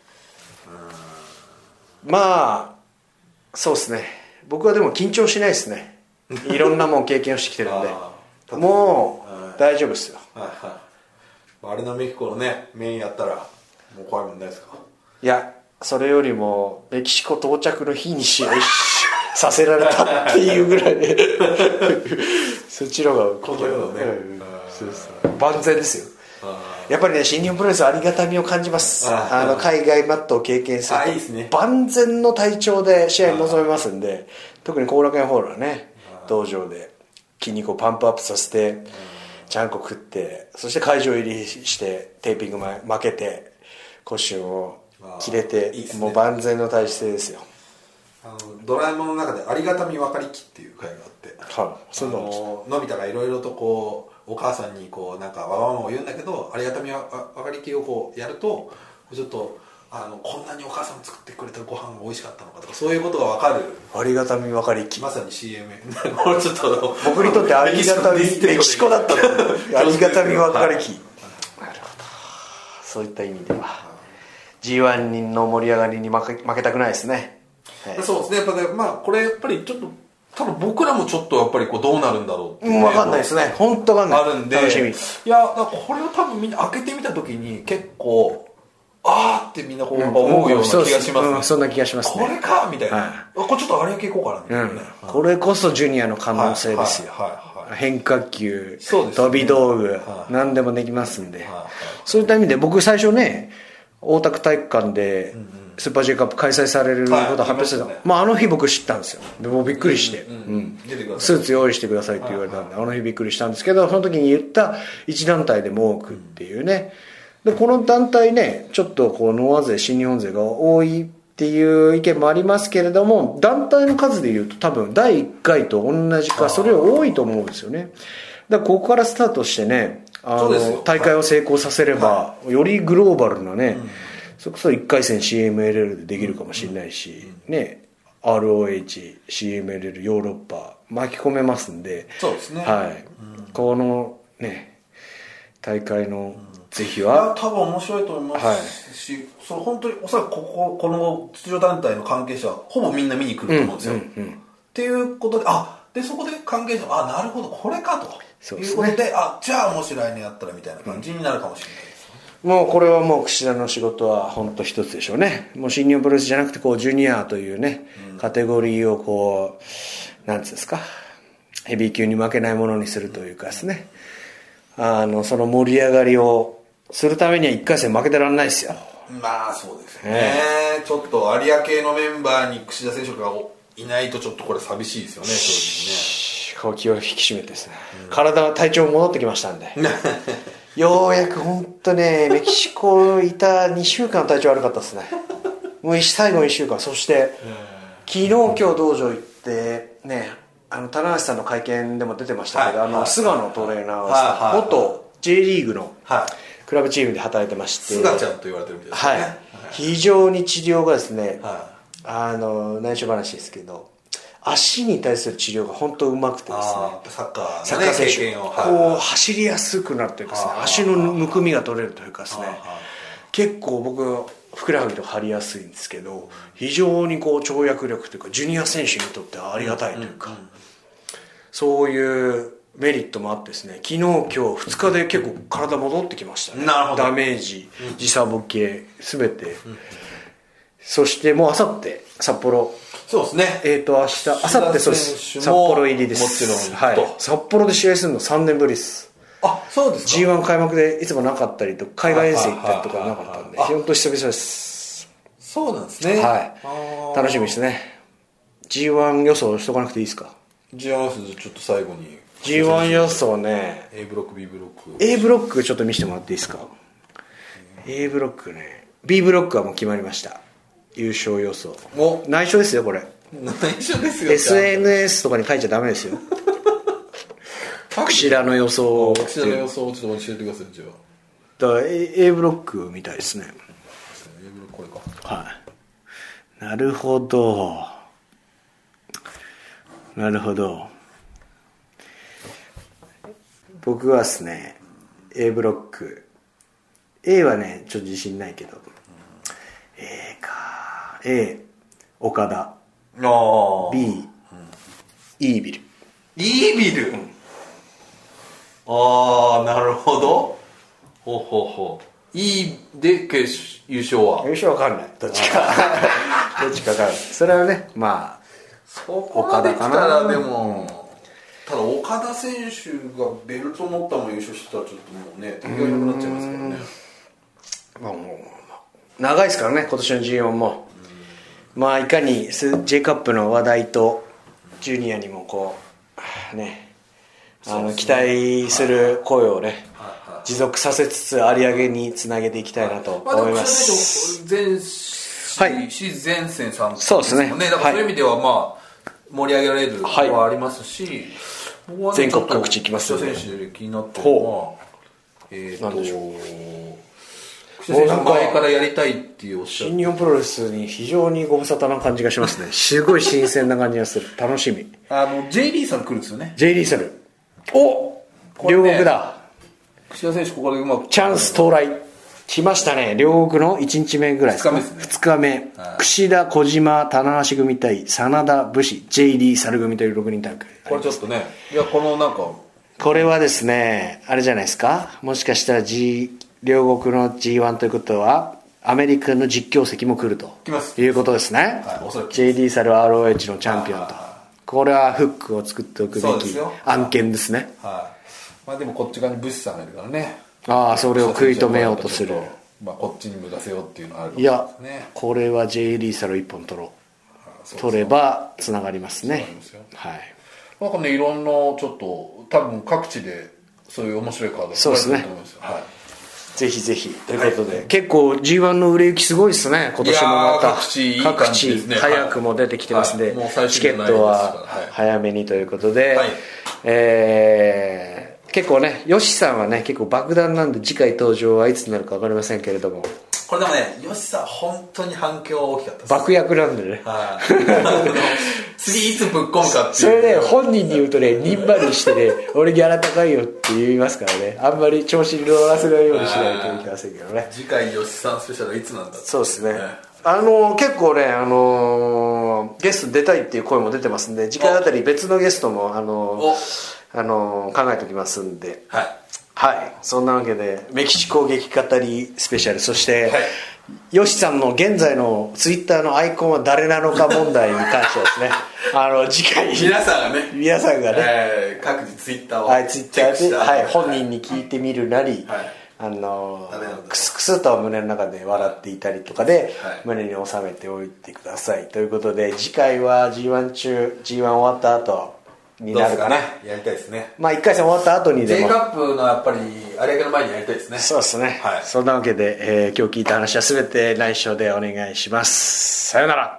まあそうですね、僕はでも緊張しないですねいろんなもん経験をしてきてるんでもう大丈夫ですよ。 アレナメヒコのねメインやったらもう怖いもんないですか。 いやそれよりもメキシコ到着の日に試合させられたっていうぐらいでそっちの方がこのようなね、 万全ですよ。やっぱりね、新日本プロレスはありがたみを感じます。海外マットを経験するといいですね、 万全の体調で試合に臨めますんで、特に後楽園ホールはね、道場で筋肉をパンプアップさせてちゃんこ食って、そして会場入りしてテーピング負けてコスチュームを着れて、いいですね、もう万全の体制ですよ。 ドラえもんの中でありがたみ分かりきっていう回があって、のび太がいろいろとこうお母さんにこうなんかわがままを言うんだけど、ありがたみ分かりきをこうやるとちょっとこんなにお母さん作ってくれたご飯が美味しかったのかとか、そういうことが分かるありがたみ分かりき、 まさに CM これちょっと僕にとってありがたみメキシコだったのありがたみ分かりき、なるほど、そういった意味では G1 の盛り上がりに負けたくないですね。 そうですね、やっぱね、まあこれやっぱりちょっと多分僕らもちょっとやっぱりこうどうなるんだろうっていう、 分かんないですね、本当分かんない、 あるんで、 楽しみ。 いやだからこれを多分みんな開けてみた時に結構あーってみんなこう思うような気がしますね、 そんな気がしますね、 これかみたいな、これちょっと有明行こうかなみたいなね、 これこそジュニアの可能性ですよ、変化球、飛び道具、何でもできますんで、そういった意味で僕最初ね、大田区体育館でスーパー J カップ開催されることを発表してた、あの日僕知ったんですよ。でもうびっくりして、スーツ用意してくださいって言われたんで、あの日びっくりしたんですけど、その時に言った1団体でも多くっていうね、でこの団体ね、ちょっとこうノア勢、新日本勢が多いっていう意見もありますけれども、団体の数でいうと多分第1回と同じかそれより多いと思うんですよね。だからここからスタートしてね、大会を成功させれば、よりグローバルなね、それこそ1回戦 CMLL でできるかもしれないし、ね、ROH、CMLL ヨーロッパ巻き込めますんで、 そうですね、 このね大会の是非は多分面白いと思いますし、その本当におそらくこの出場団体の関係者はほぼみんな見に来ると思うんですよ、っていうことで、でそこで関係者はなるほどこれかということで、じゃあもし来年やったらみたいな感じになるかもしれないです、 もうこれはもう櫛田の仕事は本当一つでしょうね。もう新日本プロレスじゃなくてこうジュニアというね、カテゴリーをこうなんつうんですか、ヘビー級に負けないものにするというかですね、その盛り上がりをするためには1回戦負けてらんないですよ。 まあそうですね、ちょっと有明のメンバーに櫛田選手がいないとちょっとこれ寂しいですよね、正直ね。 気を引き締めてですね、体調戻ってきましたんでようやく本当ね、メキシコいた2週間体調悪かったですねもう最後の1週間、そして昨日今日道場行ってね、棚橋さんの会見でも出てましたけど、菅野トレーナーは元 J リーグのクラブチームで働いてまして、 菅ちゃんと言われてるみたいですね、 非常に治療がですね、内緒話ですけど、足に対する治療が本当うまくてですね、 サッカー選手こう走りやすくなってですね、足のむくみが取れるというかですね、結構僕ふくらはぎとか張りやすいんですけど、非常にこう跳躍力というかジュニア選手にとってはありがたいというか、そういうメリットもあってですね、昨日今日2日で結構体戻ってきましたね。ダメージ、時差ボケ全て、そしてもうあさって札幌、 そうですね、 明日、あさってそうです、札幌入りです。もちろん、札幌で試合するの3年ぶりです。 そうですか。 G1 開幕でいつもなかったりと海外遠征行ったりとかなかったんで、本当久々です。 そうなんですね、 楽しみですね。 G1 予想しとかなくていいですか。 G1 予想ちょっと最後に G1 予想ね、 A ブロック B ブロック、 A ブロックちょっと見せてもらっていいですか。 A ブロックね、 B ブロックはもう決まりました。優勝予想内緒ですよ、これ内緒ですよ、 SNS とかに書いちゃダメですよ櫛田の予想をちょっと教えてください。じゃだから A ブロックみたいですね。 A ブロックこれか。 なるほど。 なるほど。僕はですね A ブロック A はねちょっと自信ないけど、A か A 岡田 B、イービル。 イービル、ああなるほど。ほうほうほう。いいで優勝はわかんない、どっちかどっちか分かんない。それはねまあそこまで来たらでも、ただ岡田選手がベルト持ったまま優勝してたらちょっともうね敵がいなくなっちゃいますけどね。 まあもう長いですからね今年の G1 も。まあいかに J カップの話題とジュニアにもこうね期待する声をね、持続させつつ有り上げにつなげていきたいなと思います。 全シーズン全戦さんそうですね。 だからそういう意味ではまあ盛り上げられるのはありますし、 全国各地行きますよね。 選手で気になってるのはなんでしょう。 櫛田選手前からやりたいっていうおっしゃる新日本プロレスに非常にご無沙汰な感じがしますね。すごい新鮮な感じがする。楽しみ。 J リーサル来るんですよね。 J リーサル、お両国だ。 櫛田選手ここでうまくチャンス到来来ましたね。両国の1日目ぐらいですか。 2日目ですね。 2日目、櫛田小島棚橋組対真田武士 J リーサル組という6人タッグ。 これちょっとね、いやこのなんかこれはですねあれじゃないですか、もしかしたら両国の G1 ということはアメリカの実況席も来るということですね。J リーサル ROH のチャンピオンと、これはフックを作っておくべき案件ですね。 まあでもこっち側にブシさんがいるからね。 それを食い止めようとする。 まあこっちに向かせようっていうのはあるかもしれないですね。いやこれは J リーサル1本取ればつながりますね。はい。 なんかねいろんなちょっと多分各地でそういう面白いカードがそうですね。 はい。 ぜひぜひということで、結構 G1 の売れ行きすごいですね今年もまた。各地早くも出てきてますんで、チケットは早めにということで、結構ねヨシさんはね結構爆弾なんで次回登場はいつになるか分かりませんけれども、 これでもねヨシさん本当に反響大きかったです。 爆薬なんでね、 次いつぶっ込むかっていう。 それね本人に言うとねにんまりしてね俺ギャラ高いよって言いますからね、あんまり調子に乗らせないようにしないといけませんけどね。 次回ヨシさんスペシャルいつなんだって、 そうですね。結構ねゲスト出たいっていう声も出てますんで、次回あたり別のゲストも考えておきますんで、はい、そんなわけでメキシコ激語りスペシャル、そして、ヨシさんの現在のツイッターのアイコンは誰なのか問題に関してはですね次回皆さんがね、 各自ツイッターをツイッターで、本人に聞いてみるなり、クスクスと胸の中で笑っていたりとかで、胸に収めておいてくださいということで、次回は G1 終わった後になるかな。 やりたいですね。 まあ1回戦終わった後にでも J カップのやっぱり有明の前にやりたいですね。 そうですね、そんなわけで、今日聞いた話は全て内緒でお願いします。さよなら。